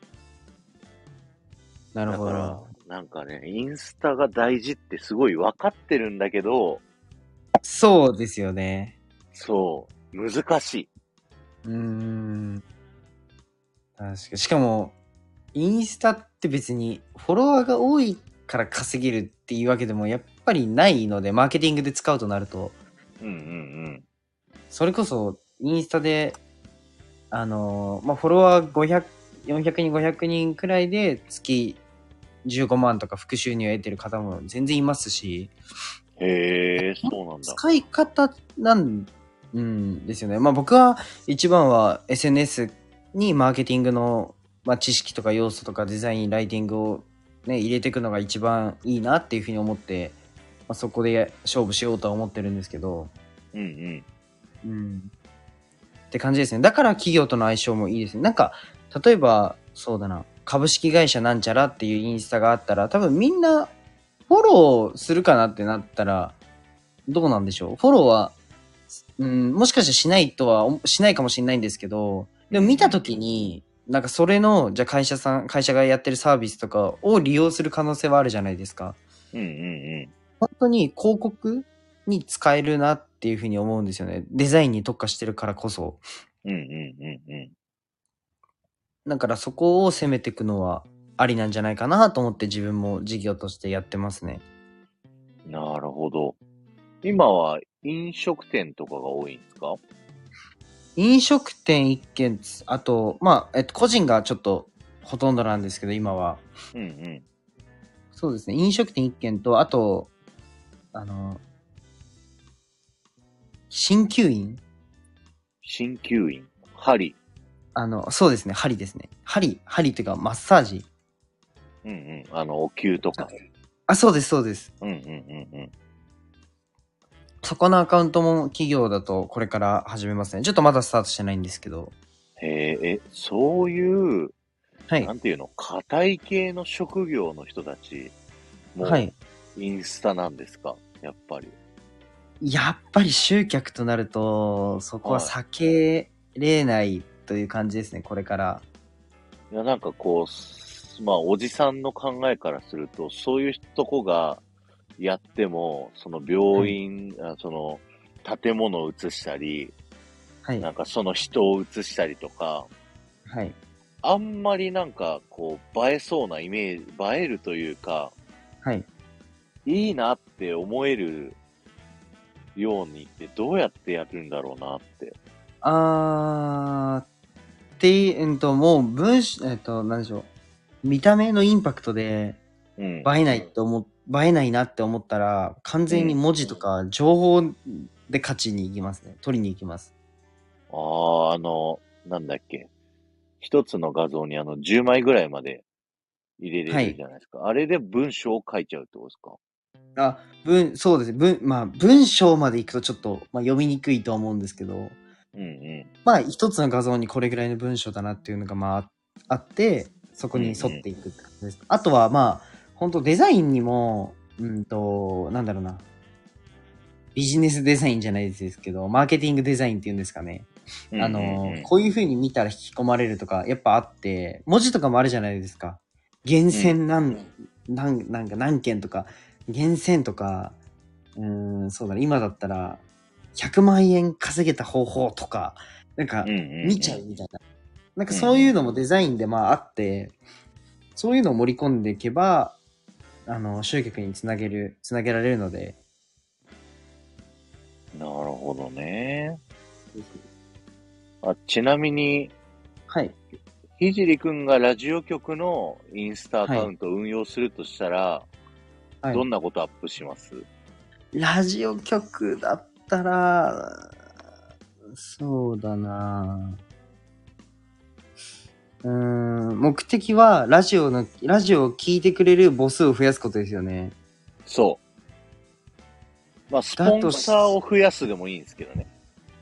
なるだから、 ほど。 なんかね、インスタが大事ってすごい分かってるんだけど、 そうですよね。 そう、難しい。 うーん。確かに。しかも、インスタって別にフォロワーが多いから稼げるっていうわけでもやっぱりないので、マーケティングで使うとなると、 うんうんそれこそインスタで、フォロワー500、400人、500人くらいで月15万とか副収入を得てる方も全然いますし、 うん。へえ、そうなんだ。 使い方なんですよね。まあ僕は一番は SNS にマーケティングの、知識とか要素とかデザイン、ライティングをね、入れていくのが一番いいなっていうふうに思って、そこで勝負しようとは思ってるんですけど、 うんうん。 うん。って感じですね。だから企業との相性もいいですね。なんか、例えば、そうだな、株式会社なんちゃらっていうインスタがあったら、多分みんなフォローするかなってなったら、どうなんでしょう。フォローは、もしかしたらしないとは、しないかもしれないんですけど、 うんうでも見たとん。 きに、なんかそれの、じゃあ会社がやってるサービスとかを利用する可能性はあるじゃないですか。 うんうん本当に広告に使えるなっていうふうに思うんですよね。デザインに特化してるからこそ。 うん。うんうんうんだからそこを攻めていくのはありなんじゃないかなと思って自分も事業としてやってますね。 うん。なるほど。今は飲食店とかが多いんですか？ 飲食店一軒、あと、個人がちょっとほとんどなんですけど、今は。 うんうん。 そうですね。飲食店一軒と、あと、あの、鍼灸院。 鍼灸院。針。 そうですね。針ですね。針というかマッサージ。 うんうん。お灸とか。 そうです、そうです。 うんうんうんうん。 そこのアカウントも企業だとこれから始めますね。ちょっとまだスタートしてないんですけど。 へえ、そういう、 はい。 なんていうの、硬い系の職業の人たちも、 はい。 インスタなんですか？やっぱり。 やっぱり集客となると、そこはは避けれないという感じですね、これから。 い。いや、なんかこう、まあ、おじさんの考えからすると、そういうとこがやっても、そのはい。 病院、建物を移したり、 はい。 なんかその人を移したりとか、 はい。 あんまりなんかこう、映えそうなイメージ、映えるというか、 はい。 いいなって思えるようにってどうやってやるんだろうなって。 もうなんでしょう。見た目のインパクトで、 うん。 映えないなって思ったら、完全に文字とか情報で勝ちに行きますね。取りに行きます。 なんだっけ。一つの画像に10枚ぐらいまで入れれはい。 るじゃないですか。あれで文章を書いちゃうってことですか？ そうですね。文章まで行くとちょっと、読みにくいとは思うんですけど、 うんう一つの画像にこれぐらいの文章だなっていうのが、あって、そこん。うんに沿っうていくって感じです。あとは、本当デザインにも、なんだろうな。ビジネスデザインじゃないですけど、マーケティングデザインっていうんですかね。 ん。うんうんこういう風に見たら引き込まれるとか、やっぱあって、文字とかもあるじゃないですか。厳うん。 選なんか何件とか、厳選とか、そうだね、今だったら、100万円稼げた方法とか、なんか、 うんうん見ちゃうみたいな。なんかうん。 そういうのもデザインであって、そういうのを盛り込んでいけば、集客につなげられるので、 なるほどね。ちなみに、 はい。 ひじりくんがラジオ局のインスタアはい。 カウントを運用するとしたら、 はい。 どんなことアップします？ ラジオ局だったら、そうだな目的はラジオを聞いてくれる母数を増やすことですよね。 そう。スだポンとし、 サーを増やすでもいいんですけどね。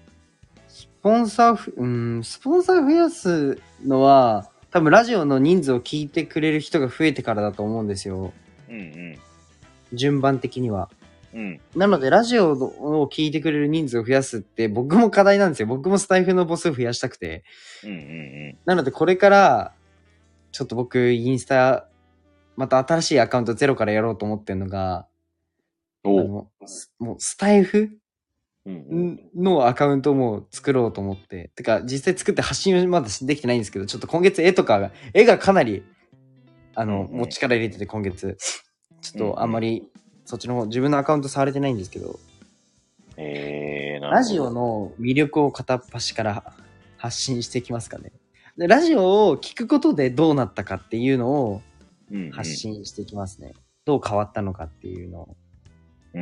スポンサー増やすのは、多分ラジオの人数を聞いてくれる人が増えてからだと思うんですよ。 うん順番的には。 うん。うん。 なので、ラジオを聞いてくれる人数を増やすって僕も課題なんですよ。僕もスタイフの母数増やしたくて。 うんうんなので、これから、ちょっと僕、インスタ、また新しいアカウントゼロからやろうと思ってるのが、 うん。おう。 もうスタイフうんうん。 のアカウントをもう作ろうと思って。てか、実際作って発信まだできてないんですけど、ちょっと今月絵がかなり、もううんうん。 力入れてて今月。ちょっとあんまうんうん。 り、そっちの方、自分のアカウント触れてないんですけど、 なるラジオほど。 の魅力を片っ端から発信していきますかね。で、ラジオを聞くことでどうなったかっていうのを発うん信していきますね。どう変わったのかっていうのを。 うん。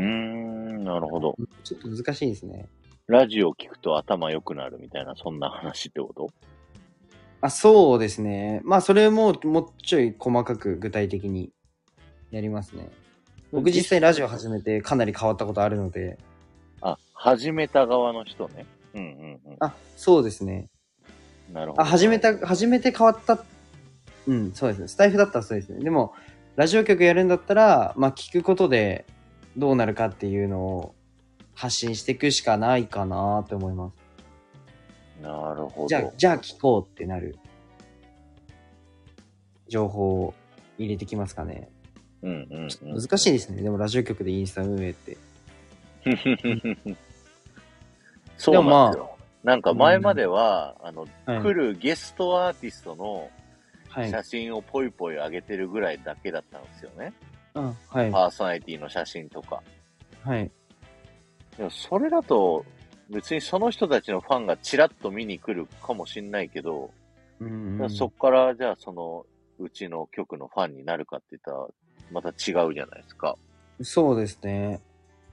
なるほど。 ちょっと難しいですね。 ラジオを聞くと頭良くなるみたいな、そんな話ってこと？ そうですね。それももうちょい細かく具体的にやりますね。僕実際ラジオ始めてかなり変わったことあるので。 始めた側の人ね。うんうんそうですね。 うん。なるほど。 始めて変わった。うん、そうですね。スタイフだったらそうですね。でも、ラジオ局やるんだったら、聞くことでどうなるかっていうのを発信していくしかないかなって思います。 なるほど。 じゃあ聞こうってなる情報を入れてきますかね。 うんうんうん。 難しいですね。でもラジオ局でインスタ運営って。でそうもなんですよ。なんかうん、 前までは、 はい。 来るゲストアーティストのはい。 写真をポイポイ上げてるぐらいだけだったんですよね。 はい。 パーソナリティの写真とか。 はい。 でもそれだと、別にその人たちのファンがチラッと見に来るかもしんないけど、 うんうじゃあそっん。 からじゃあうちの局のファンになるかって言ったら、また違うじゃないですか。 そうですね。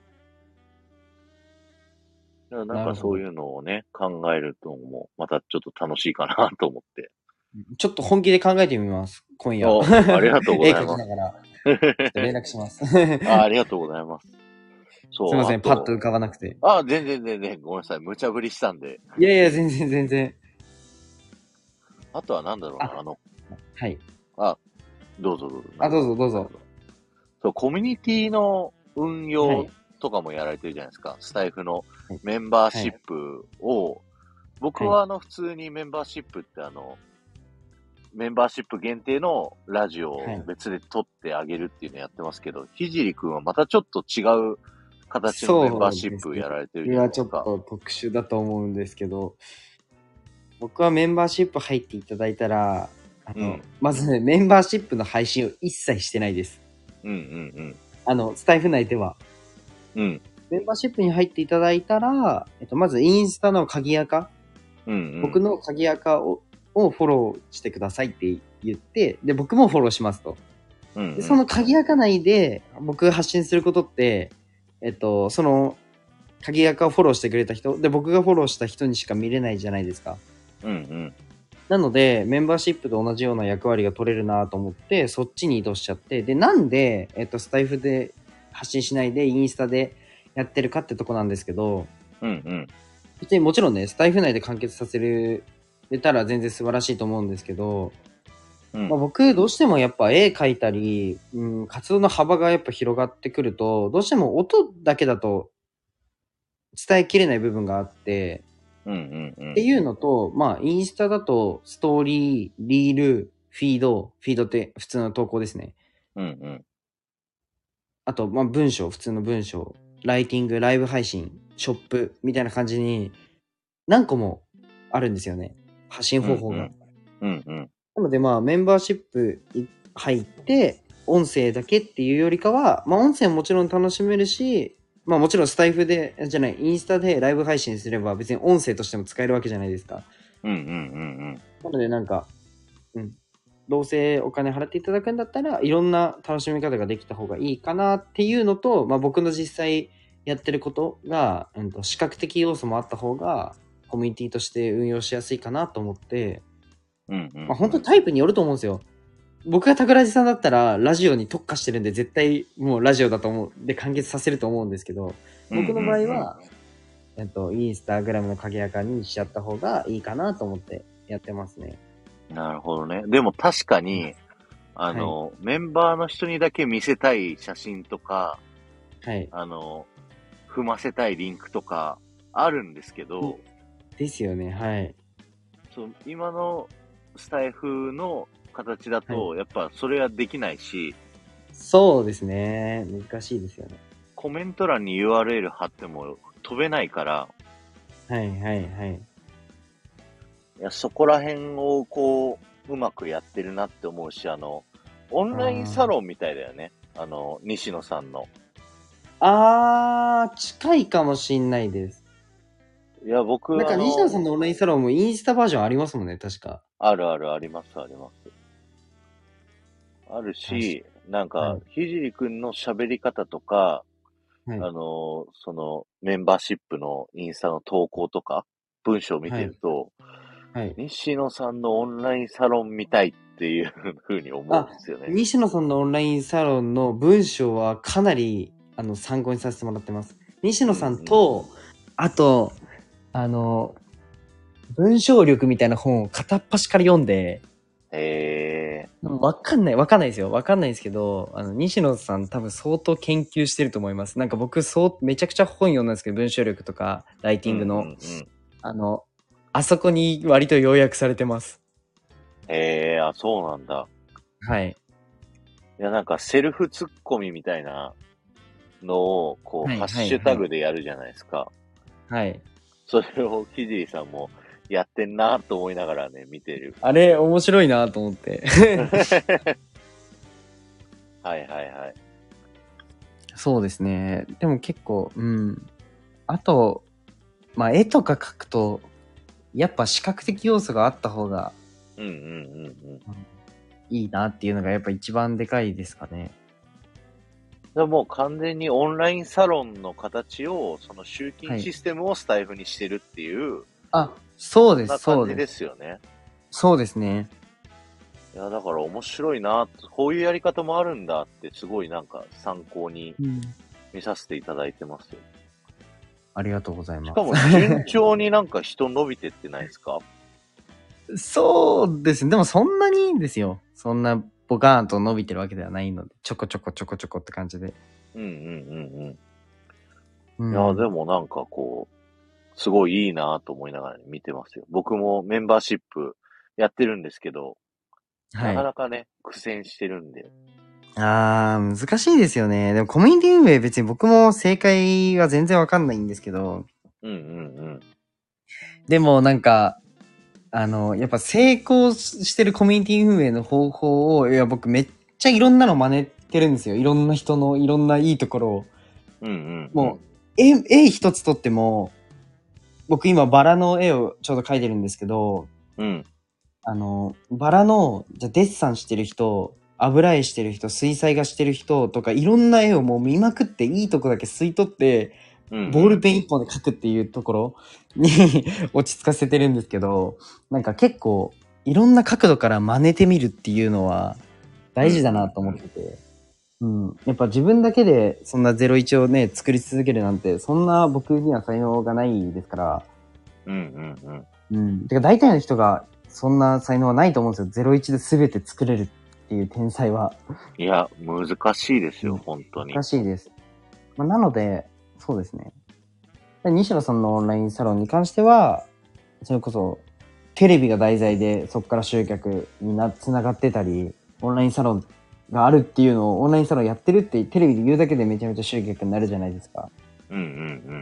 だからなんなるほど。 かそういうのをね、考えるとも、またちょっと楽しいかなと思って。 ちょっと本気で考えてみます。今夜。 ありがとうご絵ざいます。 描きながら、ちょっと連絡します。 ありがとうございます。そう、 すいません、パッと浮あと、 かばなくて。 全然全然、ごめんなさい。無茶ぶりしたんで。 いやいや、全然。 あとはなんだろうな、 あ、はい。 あ、どうぞどうぞ、 あ、 なんか、 どうぞ。 そう、コミュニティの運用はい。 とかもやられてるじゃないですか。スタイフのはい。 メンバーはい。 シップを、僕はい。 は普通にメンバーシップってメンバーシップ限定のラジオはい。 を別で撮ってあげるっていうのやってますけど、ひじりくんはまたちょっと違う形のメンバーシップそうですね。 やられてるじゃいや、ちょっないですか。 と特殊だと思うんですけど、僕はメンバーシップ入っていただいたら、 うん。 まずね、メンバーシップの配信を一切してないです。 うんうんスタイフ内では。 うん。うん。 メンバーシップに入っていただいたら、まずインスタの鍵垢。 うんうん。 僕の鍵垢をフォローしてくださいって言って、で、僕もフォローしますと。 うんうん。 で、その鍵垢内で僕が発信することって、その鍵垢をフォローしてくれた人、で、僕がフォローした人にしか見れないじゃないですか。 うんうん。 なので、メンバーシップと同じような役割が取れるなと思って、そっちに移動しちゃって、で、なんで、スタイフで発信しないで、インスタでやってるかってとこなんですけど、 うんうん。 別にもちろんね、スタイフ内で完結させれたら全然素晴らしいと思うんですけど、 うんまあ、僕、どうしてもやっぱ絵描いたり、活動の幅がやっぱ広がってくると、どうしても音だけだと伝えきれない部分があって、 うんうんうん。 っていうのと、まあ、インスタだと、ストーリー、リール、フィードって普通の投稿ですね。 うんうん。 あと、まあ、文章、普通の文章、ライティング、ライブ配信、ショップ、みたいな感じに、何個もあるんですよね。発信方法が。 うんうん。 なので、まあ、メンバーシップ入って、音声だけっていうよりかは、まあ、音声ももちろん楽しめるし、まあ、もちろんスタイフで、じゃない、インスタでライブ配信すれば別に音声としても使えるわけじゃないですか。 うんうんうんなので、なんか、どうせお金払っていただくんだったら、いろんな楽しみ方ができた方がいいかなっていうのと、まあ、僕の実際やってることが、視覚的要素もあった方が、コミュニティとして運用しやすいかなと思って、 うんうん。 まあ、本当にタイプによると思うんですよ。僕がタクラジさんだったら、ラジオに特化してるんで、絶対もうラジオだと思う。で、完結させると思うんですけど、僕の場合は、インスタグラムの影垢にしちゃった方がいいかなと思ってやってますね。 なるほどね。でも確かに、メンバーの人にだけ見せたい写真とか、 はい。 踏ませたいリンクとかあるんですけど、 ですよね、はい。 今のスタイフの形だと、 はやっぱそれはできないし、 そうですね。難しいですよね。 コメント欄に URL 貼っても飛べないから、 はいはいはい。 いや、そこら辺をこう、うまくやってるなって思うし、オンラインサロンみたいだよね。西野さんの。 近いかもしんないです。 いや、僕、 なんか西野さんのオンラインサロンもインスタバージョンありますもんね、確か。 あるあるあります、あります。あるし、なんか、 はい。 ひじりくんの喋り方とか、 はい。 メンバーシップのインスタの投稿とか、文章を見はい。 てると、 はい。 西野さんのオンラインサロンみたいっていう風に思うんですよね。 西野さんのオンラインサロンの文章はかなり、参考にさせてもらってます。西野さんうんと、あと、文章力みたいな本を片っ端から読んで、 へわかんないですよ。わかんないですけど、西野さん多分相当研究してると思います。なんか僕、めちゃくちゃ本読んだんですけど、文章力とか、ライティングの、あの、あそこに割と要約されてます。 あ、そうなんだ。 はい。 いや、なんかセルフツッコミみたいなのを、こう、 はい、 ハッはい、 シュタはい。 グでやるじゃないですか。 はい。 それをひじりさんもやってんなと思いながらね、見てる。 あれ、面白いなと思って。 はいはいはい。 そうですね。でも結構、あと、まあ、絵とか描くと、やっぱ視覚的要素があった方が、 うんうんうんうん。 いいなっていうのがやっぱ一番でかいですかね。 でもう完全にオンラインサロンの形を、その集はい。 金システムをスタイフにしてるっていう、 そうです、 そんな感じでそうです。 すよね。 そうですね。 いや、だから面白いな、こういうやり方もあるんだって、すごいなんか参考にうん。 見させていただいてますよ。 ありがとうございます。 しかも順調になんか人伸びてってないですか？ そうですね。でもそんなにいいんですよ。そんなボカーンと伸びてるわけではないので、ちょこちょこちょこちょこって感じで。 うんうんうんううん。いや、でん。 もなんかこう、すごいいいなと思いながら見てますよ。僕もメンバーシップやってるんですけど、なかはい。 なかね、苦戦してるんで。 難しいですよね。でもコミュニティ運営別に僕も正解は全然わかんないんですけど、 うんうんでもなんか、やっぱ成功してるコミュニティ運営の方法を、いや僕めっちゃいろんなの真似てるんですよ。いろんな人のいろんないいところを。 うん。うんうんうん。 もう、絵一つとっても、 僕今バラの絵をちょうど描いてるんですけど、 うん。 バラの、じゃあデッサンしてる人、油絵してる人、水彩画してる人とか、いろんな絵をもう見まくって、いいとこだけ吸い取って、 うん、うん。 ボールペン一本で描くっていうところに落ち着かせてるんですけど、なんか結構、いろんな角度から真似てみるっていうのは大事だなと思ってて。うん。やっぱ自分だけでそんな01をね、作り続けるなんて、そんな僕には才能がないですから、 うん、うん、うん。 うん。てか大体の人がそんな才能はないと思うんですよ。01で全て作れるっていう天才は。 いや、難しいですよ、 うん。 本当に。 難しいです。まあ、なので、そうですね。で西野さんのオンラインサロンに関しては、それこそ、テレビが題材でそこから集客に繋がってたり、オンラインサロンがあるっていうのをオンラインサロンやってるってテレビで言うだけでめちゃめちゃ集客になるじゃないですか。 うん、うん、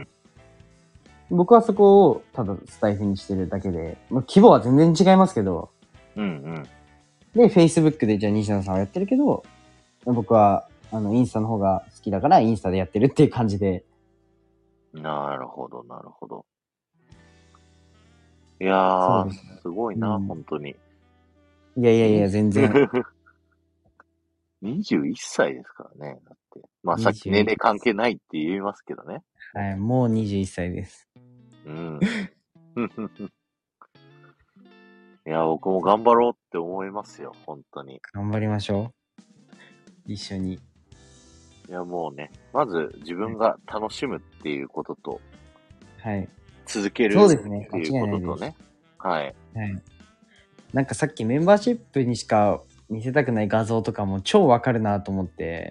僕はそこをただスタイフにしてるだけで、まあ、規模は全然違いますけど、 うん。うん、 で、Facebook でじゃあ西野さんはやってるけど、僕は、インスタの方が好きだからインスタでやってるっていう感じで。 うん。なるほど、なるほど。いやー、 そうですね。 すごいな、 うん。 本当に。 いやいやいにや、全然。 21歳ですからね。だって。まあさっき年 21。 齢関係ないって言いますけどね。 はい、もう21歳です。 うん。いや、僕も頑張ろうって思いますよ、本当に。 頑張りましょう。一緒に。 いや、もうね、まず自分が楽しむっていうことと、 はい。 続けるそうですね。間っていうこ違いないです。 ととね。はい。 はい。なんかさっきメンバーシップにしか見せたくない画像とかも超わかるなと思って、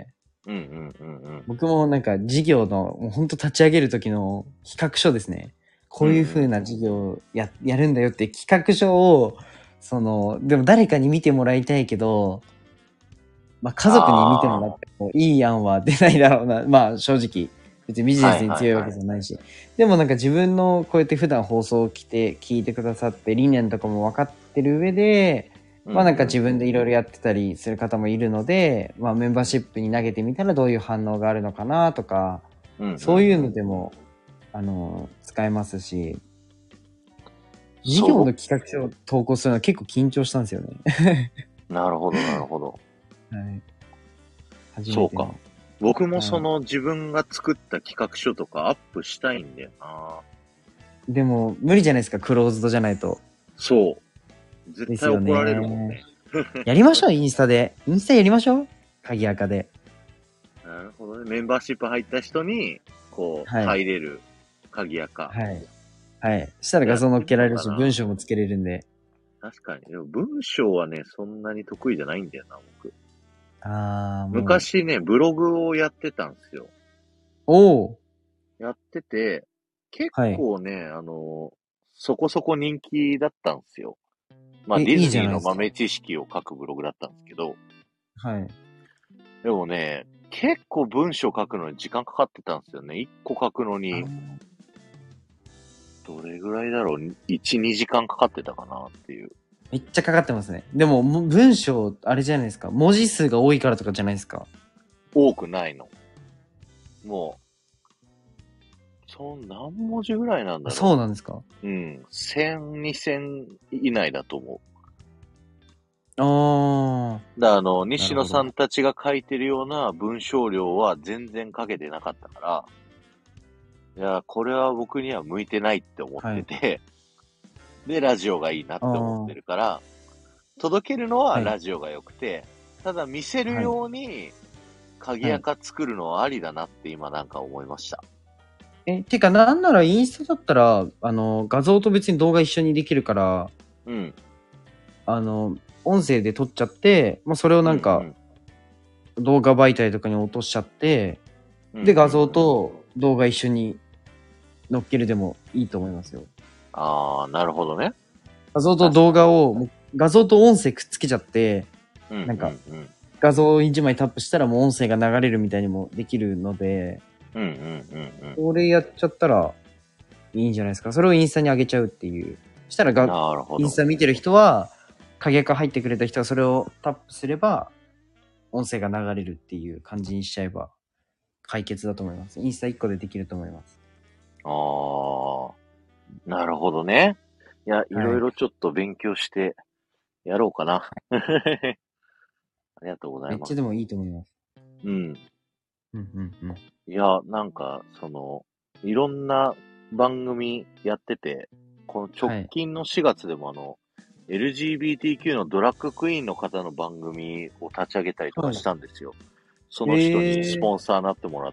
うんうんうんうん。 僕もなんか事業の、もうほんと立ち上げる時の企画書ですね。こういう風な事業をやるんだよって企画書を、でも誰かに見てもらいたいけど、まあ家族に見てもらあってもいい案は出ないだろうな。まあ正直。別にビジあ、 ネはいスに強いわけはいはい。 じゃないし。でもなんか自分のこうやって普段放送を聞いてくださって理念とかも分かってる上で、 うんまあなんかうん。 自分でいろいろやってたりする方もいるので、まあメンバーシップに投げてみたらどういう反応があるのかなとか、 うんうんそういううん。 のでも、使えますし、事業その企画書を投稿するのは結構緊張したんですよね。 うなるほどなるほど。 はい。初めそうか。 ての。 僕もそはの自分が作った企画書とかアップしたいんだよな。 い。でも、無理じゃないですか、クローズドじゃないと。 そう。絶ですよ対怒られるもんね。 ね。 やりましょう、インスタで。インスタやりましょう。鍵垢で。 なるほどね。メンバーシップ入った人に、こう、 はい。 入れる鍵垢。 はい。はい。したら画像載っやってみけられるし、 ようかな。 文章もつけれるんで。 確かに。でも文章はね、そんなに得意じゃないんだよな、僕。 も昔ね、ブログをやってたんですよ。 う。おー。 やってて、結はい。 構ね、そこそこ人気だったんですよ。まあ、ディいいズニーのじゃないですか。 豆知識を書くブログだったんですけど、 はい。 でもね、結構文章書くのに時間かかってたんですよね。1個書くのに、どれぐらいだろう ?1、2時間かかってたかなっていう。 めっちゃかかってますね。でも、文章、あれじゃないですか。文字数が多いからとかじゃないですか。 多くないの。も何文字ぐらいなんあ、 だろそうなんですか。 う。うん。1000、2000以内だと思あー。 う。西野なるほど。 さんたちが書いてるような文章量は全然書けてなかったから、いや、これは僕には向いてないって思っはい。 てて、で、ラジオがいいなっあて思ってー。 るから、届けるのははい。 ラジオが良くて、ただ見せるはい。 ように鍵はい。 垢作るのはありだなって今なんか思いました。 てか、なんならインスタだったら、画像と別に動画一緒にできるから、 うん。 あの、音声で撮っちゃって、まあ、それをうんうなんか、 ん。 動画媒体とかに落としちゃって、 うんうんで、画像うん。 と動画一緒に乗っけるでもいいと思いますよ。 ああ、なるほどね。 画像と動確かに。 画を、画像と音声くっつけちゃって、 うんうなんか、 んうん。 画像一枚タップしたらもう音声が流れるみたいにもできるので、 うんうんうんこれやっちゃったらいいんじゃないですか。それをインスタに上げちゃうっていう。したらうん。なるほど。 インスタ見てる人は、影が入ってくれた人はそれをタップすれば、音声が流れるっていう感じにしちゃえば、解決だと思います。インスタ1個でできると思います。 ああ。 なるほどね。いや、いろいはい。 ろちょっと勉強してやろうかな。ありがとうございます。 めっちゃでもいいと思います。 うん。 うんうんうん。 いや、なんか、いろんな番組やってて、この直はい。 近の4月でもLGBTQ のドラッグクイーンの方の番組を立ち上げたりとかはい。 したんですよ。その人にスええポンサーになってもらって、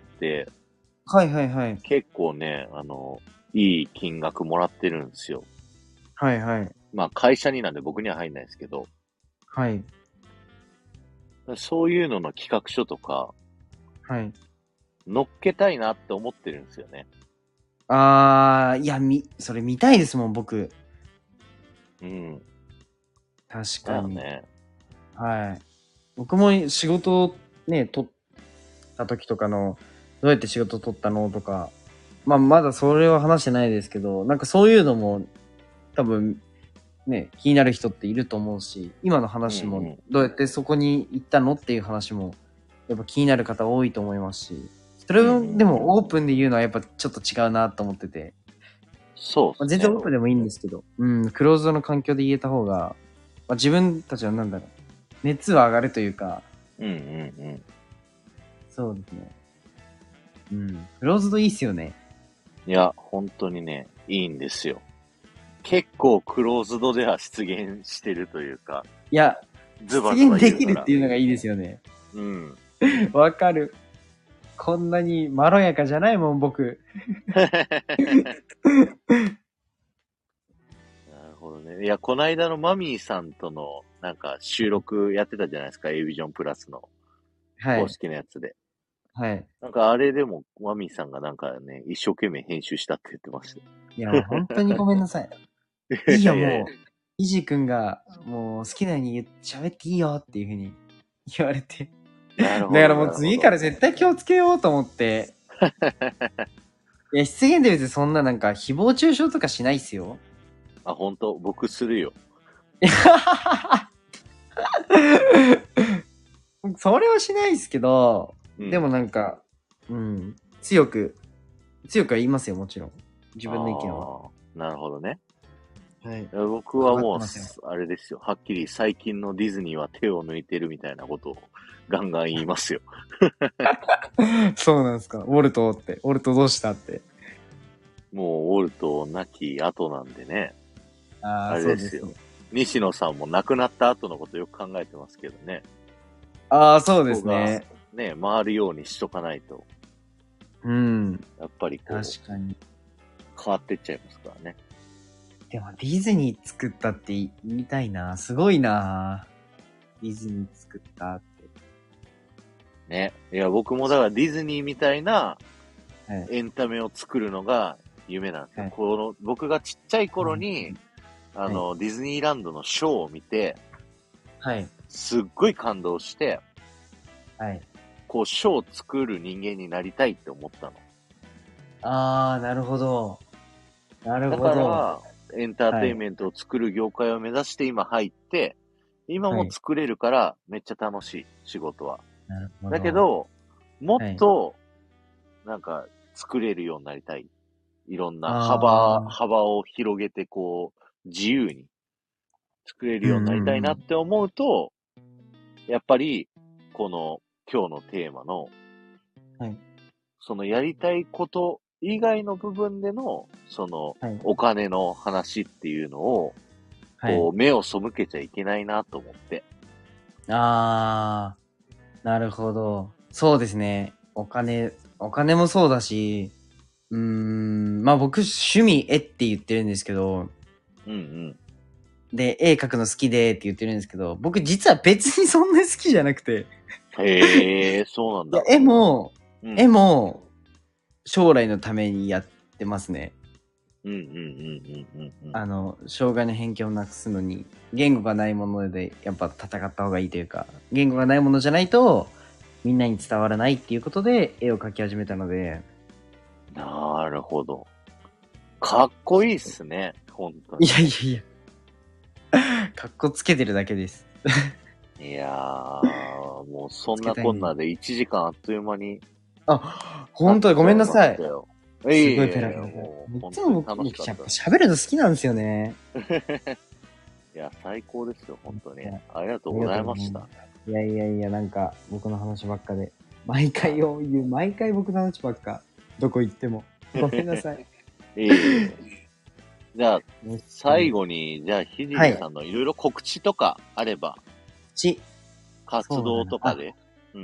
はいはいはい。 結構ね、いい金額もらってるんですよ。 はいはい。 まあ会社になんで僕には入んないですけど、 はい。 そういうのの企画書とか、 はい。 乗っけたいなって思ってるんですよね。 いや、それ見たいですもん、僕。 うん。 確かに。 だよね。 はい。僕も仕事をね、取った時とかの、どうやって仕事取ったのとか、まあ、まだそれは話してないですけど、なんかそういうのも多分ね、気になる人っていると思うし、今のうん話もうん。 どうやってそこに行ったのっていう話も、やっぱ気になる方多いと思いますし、それうんうをでんうん。 もオープンで言うのはやっぱちょっと違うなと思ってて、まあ、全然そうっすね。 オープンでもいいんですけど、うん、クローズドの環境で言えた方が、まあ、自分たちはなんだろう、熱は上がるというか、 うんうんうん。 そうですね。うん。クローズドいいっすよね。 いや、本当にね、いいんですよ。結構クローズドでは出現してるというか、 いや、出ズバズバ現できるっ言うなら。 ていうのがいいですよね。 うん。 わかる。こんなにまろやかじゃないもん、僕。 なるほどね。いや、こないだのマミーさんとの、収録やってたじゃないですか、a ビジョンプラスの公はい。 式のやつで。 はい。 あれでも、マミーさんが一生懸命編集したって言ってましたよ。 いや、本当にごめんなさい。いいよ、 いやいやいや。 もう。イジ君が、もう好きなように喋っていいよっていう風に言われて。だかなるほど、 らもう次かなるほど。 ら絶対気をつけようと思って。いや、失言で別にそんななんか誹謗中傷とかしないっすよ。 あ、本当僕するよ。 それはしないっすけど、でうん。 もなんか、うん、強くは言いますよ、もちろん。自分の意見は。 ああ、なるほどね。 はい。 いや僕はもう、 分かってますよ。 あれですよ。はっきり最近のディズニーは手を抜いてるみたいなことをガンガン言いますよ。 そうなんですか。ウォルトって。ウォルトどうしたって。 もう、オルト亡き後なんでね。 ああ、 あれですよ。 そうですね。 西野さんも亡くなった後のことよく考えてますけどね。 ああ、そうでそこが、 すね。 ね、回るようにしとかないと、 うん。 やっぱり確かに。 変わってっちゃいますからね。 でもディズニー作ったって言いたいな。すごいな。ディズニー作ったって。 ね。いや、僕もだからディズニーみたいなはい。 エンタメを作るのが夢なんですよ。 はい。 僕がちっちゃいうん。 頃に、 はい。 ディズニーランドのショーを見て、 はい。 すっごい感動して、 はい。 ショーを作る人間になりたいって思ったの。 ああ、なるほど。なるだほど。 から、エンターはい。 テインメントを作る業界を目指して今入って、今はい。 も作れるからめっちゃ楽しい、仕事は。 なるほだけど。 ど、もっはい。 と、作れるようになりたい。いろんなああ。 幅を広げて、自由に作れるうんうようになりたいんうん。 なって思うと、やっぱり、この今日のテーマの、 はい。 そのやりたいこと以外の部分での、 はい。 お金の話っていうのを、 はい。 目を背けちゃいけないなと思って。 ああ、なるほど。そうですね。お金もそうだし、まあ僕趣味絵って言ってるんですけど、 うんで、絵描くの好きでって言ってるんですけど、僕実は別にそんな好きじゃなくて、 うん。へえ、そうなんいや、 だ。 絵うん。 も将来のためにやってますね。 うんうんうんうんうんうん。 障害の偏見をなくすのに、言語がないものでやっぱ戦った方がいいというか、言語がないものじゃないと、みんなに伝わらないっていうことで絵を描き始めたので、 なるほど。かっこいいっすね。本当いに。 やいやいや、かっこつけてるだけです。 いやもうそつんなけたいんで。 こんなで1時間あっという間にあ、 経っ本当だ、ごめんちゃいましなさい。 たよ。 すごいペラペラ。 もういつも僕、 本当に楽しかやっぱった。 喋るの好きなんですよね。 いや、最高ですよ、本当に。 はいありがとうございました。 いやいやいや、なんか、僕の話ばっかで。毎回毎回僕の話ばっか。どこ行っても。ごめんなさい。 じゃあ、最後に、じゃあ、ひじりさんのいろいろ告知とかあれば、活動とかで。うん。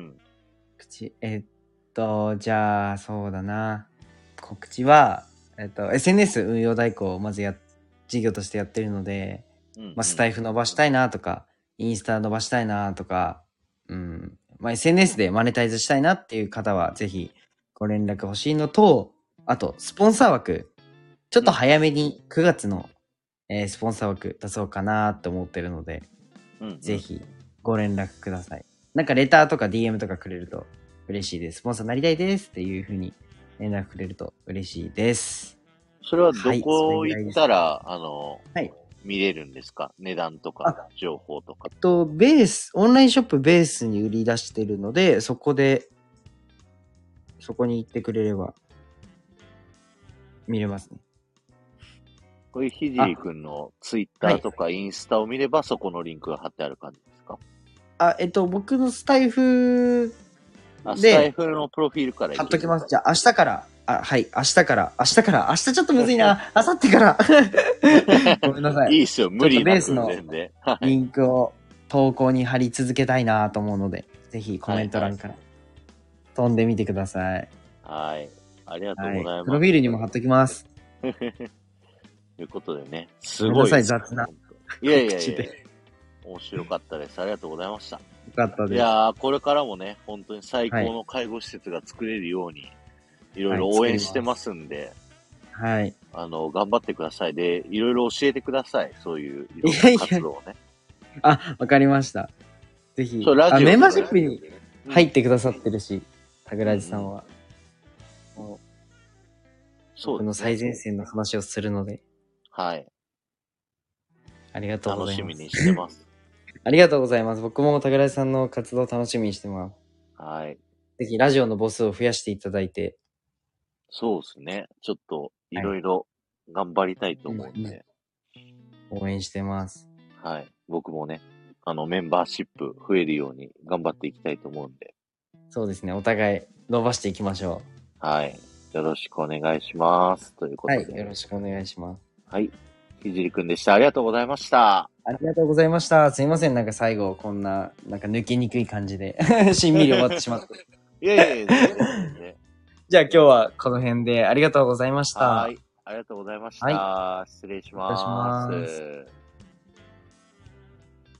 じゃあ、そうだな。告知は、SNS 運用代行をまず事業としてやってるので、スタイフ伸ばしたいなとか、インスタ伸ばしたいなとか、SNS でマネタイズしたいなっていう方は、ぜひご連絡欲しいのと、あと、スポンサー枠、ちょっと早めに9月の、スポンサー枠出そうかなと思ってるので、ぜひご連絡ください。なんかレターとか DM とかくれると嬉しいです。スポンサーなりたいですっていう風に連絡くれると嬉しいです。 それはどこ行ったら、見れるんですか？値段とか、情報とか。 オンラインショップベースに売り出してるので、そこに行ってくれれば、見れますね。 これ、ひじりくんのツイッターとかインスタを見れば、そこのリンクが貼ってある感じですか？ 僕のスタイフで、 スタイフのプロフィールから貼っときます。じゃあ、明日から、明日ちょっとむずいな。明後日から。ごめんなさい。 いいっすよ、無理なくベースのリンクを投稿に貼り続けたいなと思うので、ぜひコメント欄から飛んでみてください。 はい。ありがとうございます。 プロフィールにも貼っときます。 ということでね、すごい。ごめんなさい、 雑な。 いやいやいや。面白かったです。ありがとうございました。 よかったです。 いやー、これからもね、本当に最高の介護施設が作れるように、いろいろ応援してますんで、 はい。 頑張ってください。で、いろいろ教えてください。そういう、いろんな活動をね。 わかりました。ぜひ。メンバーシップに入ってくださってるし、タグラジさんは。僕の最前線の話をするので。 はい。 ありがとうございます。 楽しみにしてます。 ありがとうございます。僕もタグラジさんの活動を楽しみにしてます。 はい。 ぜひラジオの母数を増やしていただいて。 そうですね。ちょっと、いろいろ頑張りたいと思うんで。 応援してます。 はい。僕もね、メンバーシップ増えるように頑張っていきたいと思うんで。 そうですね。お互い伸ばしていきましょう。はい。よろしくお願いします。ということで。 はい。よろしくお願いします。 はい。ひじりくんでした。ありがとうございました。 ありがとうございました。すいません。なんか最後、こんな、なんか抜けにくい感じで、しんみり終わってしまって。 いやいやいや、全然。 じゃあ今日はこの辺でありがとうございました。 はい。ありがとうございました。はい、失礼します。